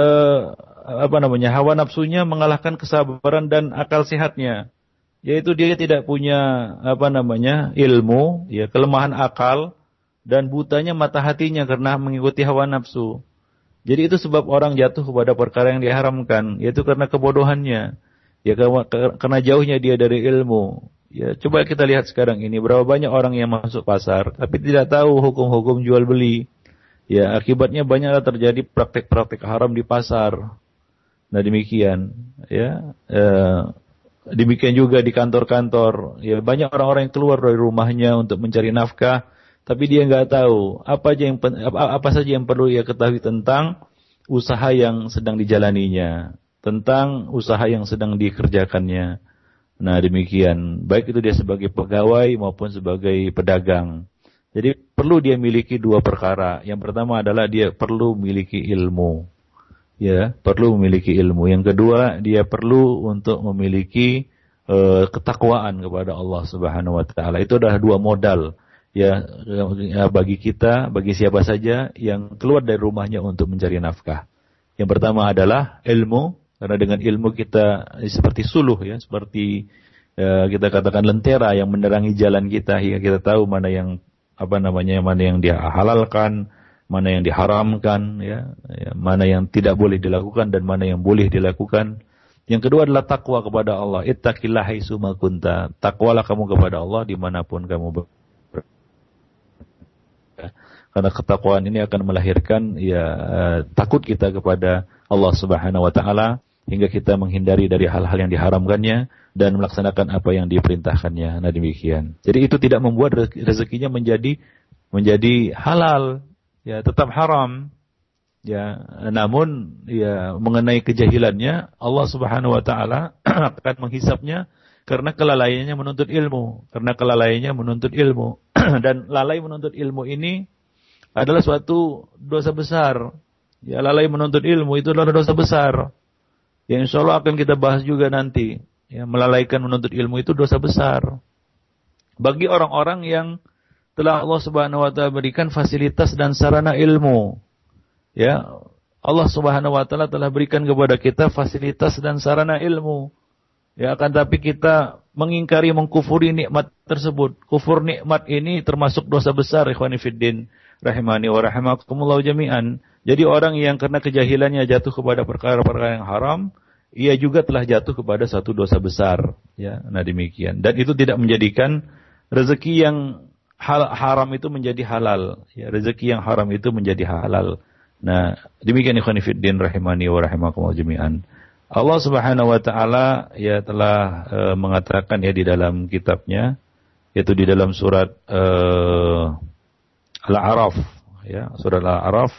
hawa nafsunya mengalahkan kesabaran dan akal sehatnya. Yaitu dia tidak punya ilmu, ya, kelemahan akal dan butanya mata hatinya karena mengikuti hawa nafsu. Jadi itu sebab orang jatuh kepada perkara yang diharamkan, yaitu karena kebodohannya, ya karena jauhnya dia dari ilmu. Ya coba kita lihat sekarang ini berapa banyak orang yang masuk pasar, tapi tidak tahu hukum-hukum jual beli. Ya akibatnya banyaklah terjadi praktek-praktek haram di pasar. Nah demikian, ya demikian juga di kantor-kantor. Ya banyak orang-orang yang keluar dari rumahnya untuk mencari nafkah. Tapi dia nggak tahu apa saja yang perlu ia ketahui tentang usaha yang sedang dijalaninya, tentang usaha yang sedang dikerjakannya. Nah demikian, baik itu dia sebagai pegawai maupun sebagai pedagang. Jadi perlu dia miliki dua perkara. Yang pertama adalah dia perlu memiliki ilmu, ya perlu memiliki ilmu. Yang kedua dia perlu untuk memiliki ketakwaan kepada Allah Subhanahu Wa Taala. Itu adalah dua modal. Ya, bagi kita, bagi siapa saja yang keluar dari rumahnya untuk mencari nafkah. Yang pertama adalah ilmu, karena dengan ilmu kita seperti suluh, ya, seperti kita katakan lentera yang menerangi jalan kita hingga kita tahu mana yang mana yang dia halalkan, mana yang diharamkan, ya, mana yang tidak boleh dilakukan dan mana yang boleh dilakukan. Yang kedua adalah takwa kepada Allah. Ittaqillaha haitsu ma kunta. Takwalah kamu kepada Allah dimanapun kamu berada. Karena ketakwaan ini akan melahirkan takut kita kepada Allah Subhanahu Wa Taala hingga kita menghindari dari hal-hal yang diharamkannya dan melaksanakan apa yang diperintahkannya. Nah demikian. Jadi itu tidak membuat rezekinya menjadi halal, ya tetap haram. Ya, namun ya mengenai kejahilannya Allah Subhanahu Wa Taala akan menghisapnya karena kelalaiannya menuntut ilmu, dan lalai menuntut ilmu ini adalah suatu dosa besar. Ya, lalai menuntut ilmu itu adalah dosa besar. Yang insya Allah akan kita bahas juga nanti. Ya, melalaikan menuntut ilmu itu dosa besar. Bagi orang-orang yang telah Allah Subhanahu Wa Taala berikan fasilitas dan sarana ilmu. Ya, Allah Subhanahu Wa Taala telah berikan kepada kita fasilitas dan sarana ilmu. Ya, akan tapi kita mengingkari, mengkufuri nikmat tersebut. Kufur nikmat ini termasuk dosa besar, ikhwani fiddin rahimani wa rahimakumullah jami'an. Jadi orang yang karena kejahilannya jatuh kepada perkara-perkara yang haram, ia juga telah jatuh kepada satu dosa besar, ya. Nah, demikian. Dan itu tidak menjadikan rezeki yang haram itu menjadi halal, ya. Rezeki yang haram itu menjadi halal. Nah, demikian ikhwani fiddin rahimani wa rahimakumullah jami'an. Allah Subhanahu wa taala ya telah mengatakan ya di dalam kitabnya, yaitu di dalam surat Al-A'raf, ya, surat Al-A'raf.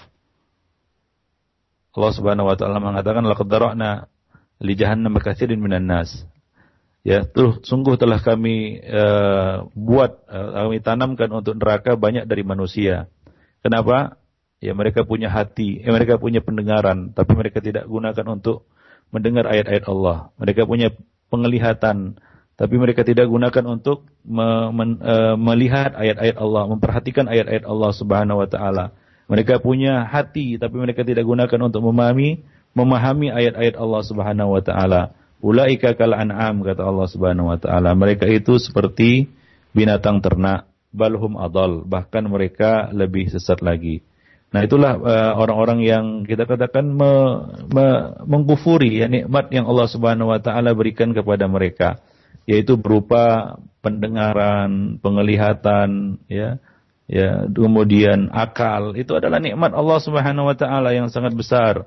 Allah Subhanahu wa taala mengatakan laqad dara'na li jahannam katsirin minan nas. Ya, sungguh telah kami kami tanamkan untuk neraka banyak dari manusia. Kenapa? Ya, mereka punya hati, mereka punya pendengaran, tapi mereka tidak gunakan untuk mendengar ayat-ayat Allah. Mereka punya penglihatan, tapi mereka tidak gunakan untuk melihat ayat-ayat Allah, memperhatikan ayat-ayat Allah Subhanahu wa taala. Mereka punya hati, tapi mereka tidak gunakan untuk memahami ayat-ayat Allah Subhanahu wa taala. Ulaika kal an'am, kata Allah Subhanahu wa taala. Mereka itu seperti binatang ternak, balhum adall, bahkan mereka lebih sesat lagi. Nah, itulah orang-orang yang kita katakan mengkufuri ya nikmat yang Allah Subhanahu wa taala berikan kepada mereka, yaitu berupa pendengaran, penglihatan, ya, kemudian akal. Itu adalah nikmat Allah Subhanahu wa taala yang sangat besar,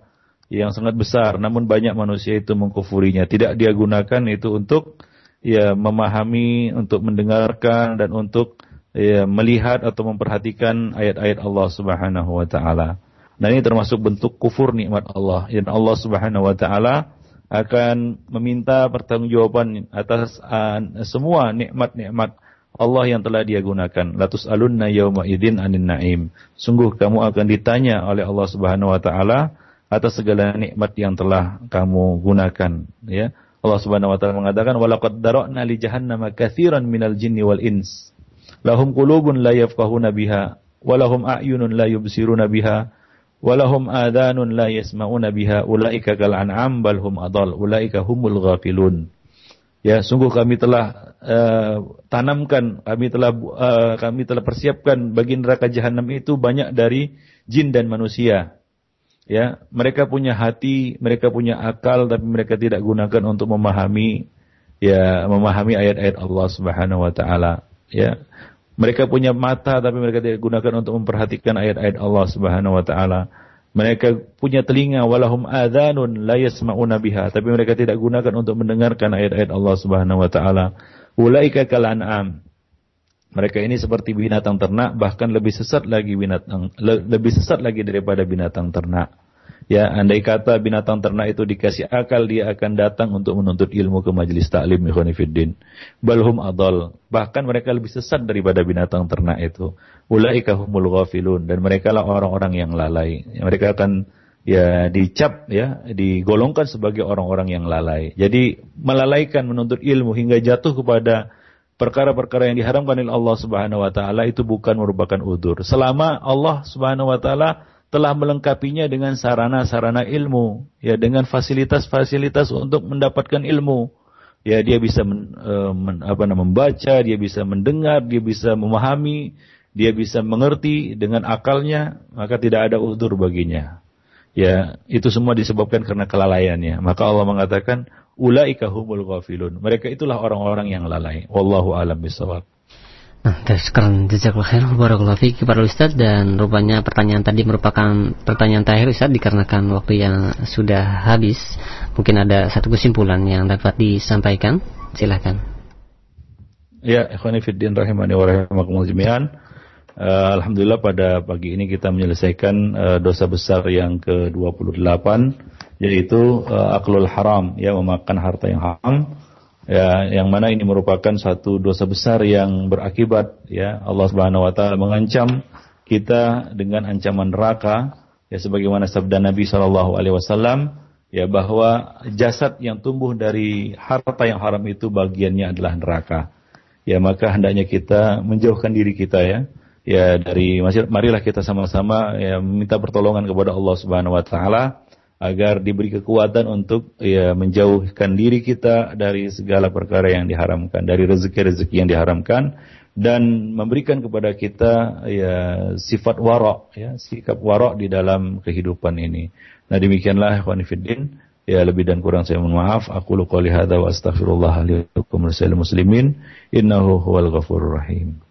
namun banyak manusia itu mengkufurinya. Tidak dia gunakan itu untuk ya memahami, untuk mendengarkan dan untuk ya, melihat atau memperhatikan ayat-ayat Allah Subhanahu wa taala. Nah, ini termasuk bentuk kufur nikmat Allah. Dan Allah Subhanahu wa taala akan meminta pertanggungjawaban atas semua nikmat-nikmat Allah yang telah dia gunakan. La tus'alunna yauma idzin 'anin na'im. Sungguh kamu akan ditanya oleh Allah Subhanahu wa taala atas segala nikmat yang telah kamu gunakan, ya. Allah Subhanahu wa taala mengatakan walaqad dara'na li jahannama katsiran minal jinni wal ins. Lahum qulubun la yafqahuna biha, walahum a'yunun la yubsiruna biha, walahum adhanun la yasma'una biha, ulaika kal an'am bal hum adall, ulaika humul ghafilun. Ya, sungguh kami telah tanamkan, kami telah persiapkan bagi neraka jahanam itu banyak dari jin dan manusia. Ya, mereka punya hati, mereka punya akal, tapi mereka tidak gunakan untuk memahami ayat-ayat Allah Subhanahu wa taala. Ya, mereka punya mata tapi mereka tidak gunakan untuk memperhatikan ayat-ayat Allah Subhanahu wa taala. Mereka punya telinga, walahum adhanun la yasma'una biha, tapi mereka tidak gunakan untuk mendengarkan ayat-ayat Allah Subhanahu wa taala. Ulaika kal an'am. Mereka ini seperti binatang ternak, bahkan lebih sesat lagi daripada binatang ternak. Ya, andai kata binatang ternak itu dikasih akal, dia akan datang untuk menuntut ilmu ke majelis taklim, ikhwani fiddin. Balhum adall, bahkan mereka lebih sesat daripada binatang ternak itu. Ulaika humul ghafilun, dan mereka lah orang-orang yang lalai. Mereka akan dicap, digolongkan sebagai orang-orang yang lalai. Jadi melalaikan menuntut ilmu hingga jatuh kepada perkara-perkara yang diharamkan oleh Allah Subhanahu wa taala itu bukan merupakan udzur. Selama Allah Subhanahu wa taala telah melengkapinya dengan sarana-sarana ilmu, ya, dengan fasilitas-fasilitas untuk mendapatkan ilmu. Ya, dia bisa membaca, dia bisa mendengar, dia bisa memahami, dia bisa mengerti dengan akalnya, maka tidak ada udzur baginya. Ya, itu semua disebabkan karena kelalaiannya. Maka Allah mengatakan ulaika humul ghafilun. Mereka itulah orang-orang yang lalai. Wallahu a'lam bishawab. Nah, sekarang jazakallahu khairan barakallahu fiik kepada Ustaz, dan rupanya pertanyaan tadi merupakan pertanyaan terakhir Ustaz dikarenakan waktu yang sudah habis. Mungkin ada satu kesimpulan yang dapat disampaikan. Silakan. Ya, ikhwani fiddin rahimani wa rahimakumullah jami'an. Alhamdulillah pada pagi ini kita menyelesaikan dosa besar yang ke-28, yaitu aklul haram, ya, memakan harta yang haram. Ya, yang mana ini merupakan satu dosa besar yang berakibat, ya, Allah Subhanahu wa taala mengancam kita dengan ancaman neraka, ya, sebagaimana sabda Nabi sallallahu alaihi wasallam, ya, bahwa jasad yang tumbuh dari harta yang haram itu bagiannya adalah neraka. Ya, maka hendaknya kita menjauhkan diri kita, marilah kita sama-sama, ya, minta pertolongan kepada Allah Subhanahu wa taala agar diberi kekuatan untuk ya menjauhkan diri kita dari segala perkara yang diharamkan, dari rezeki-rezeki yang diharamkan, dan memberikan kepada kita ya sifat wara', ya sikap wara' di dalam kehidupan ini. Nah demikianlah ikhwan fillah, ya lebih dan kurang saya mohon maaf. Aku qouli hadza wa astaghfirullah li wa lakum muslimin innahu huwal ghafurur rahim.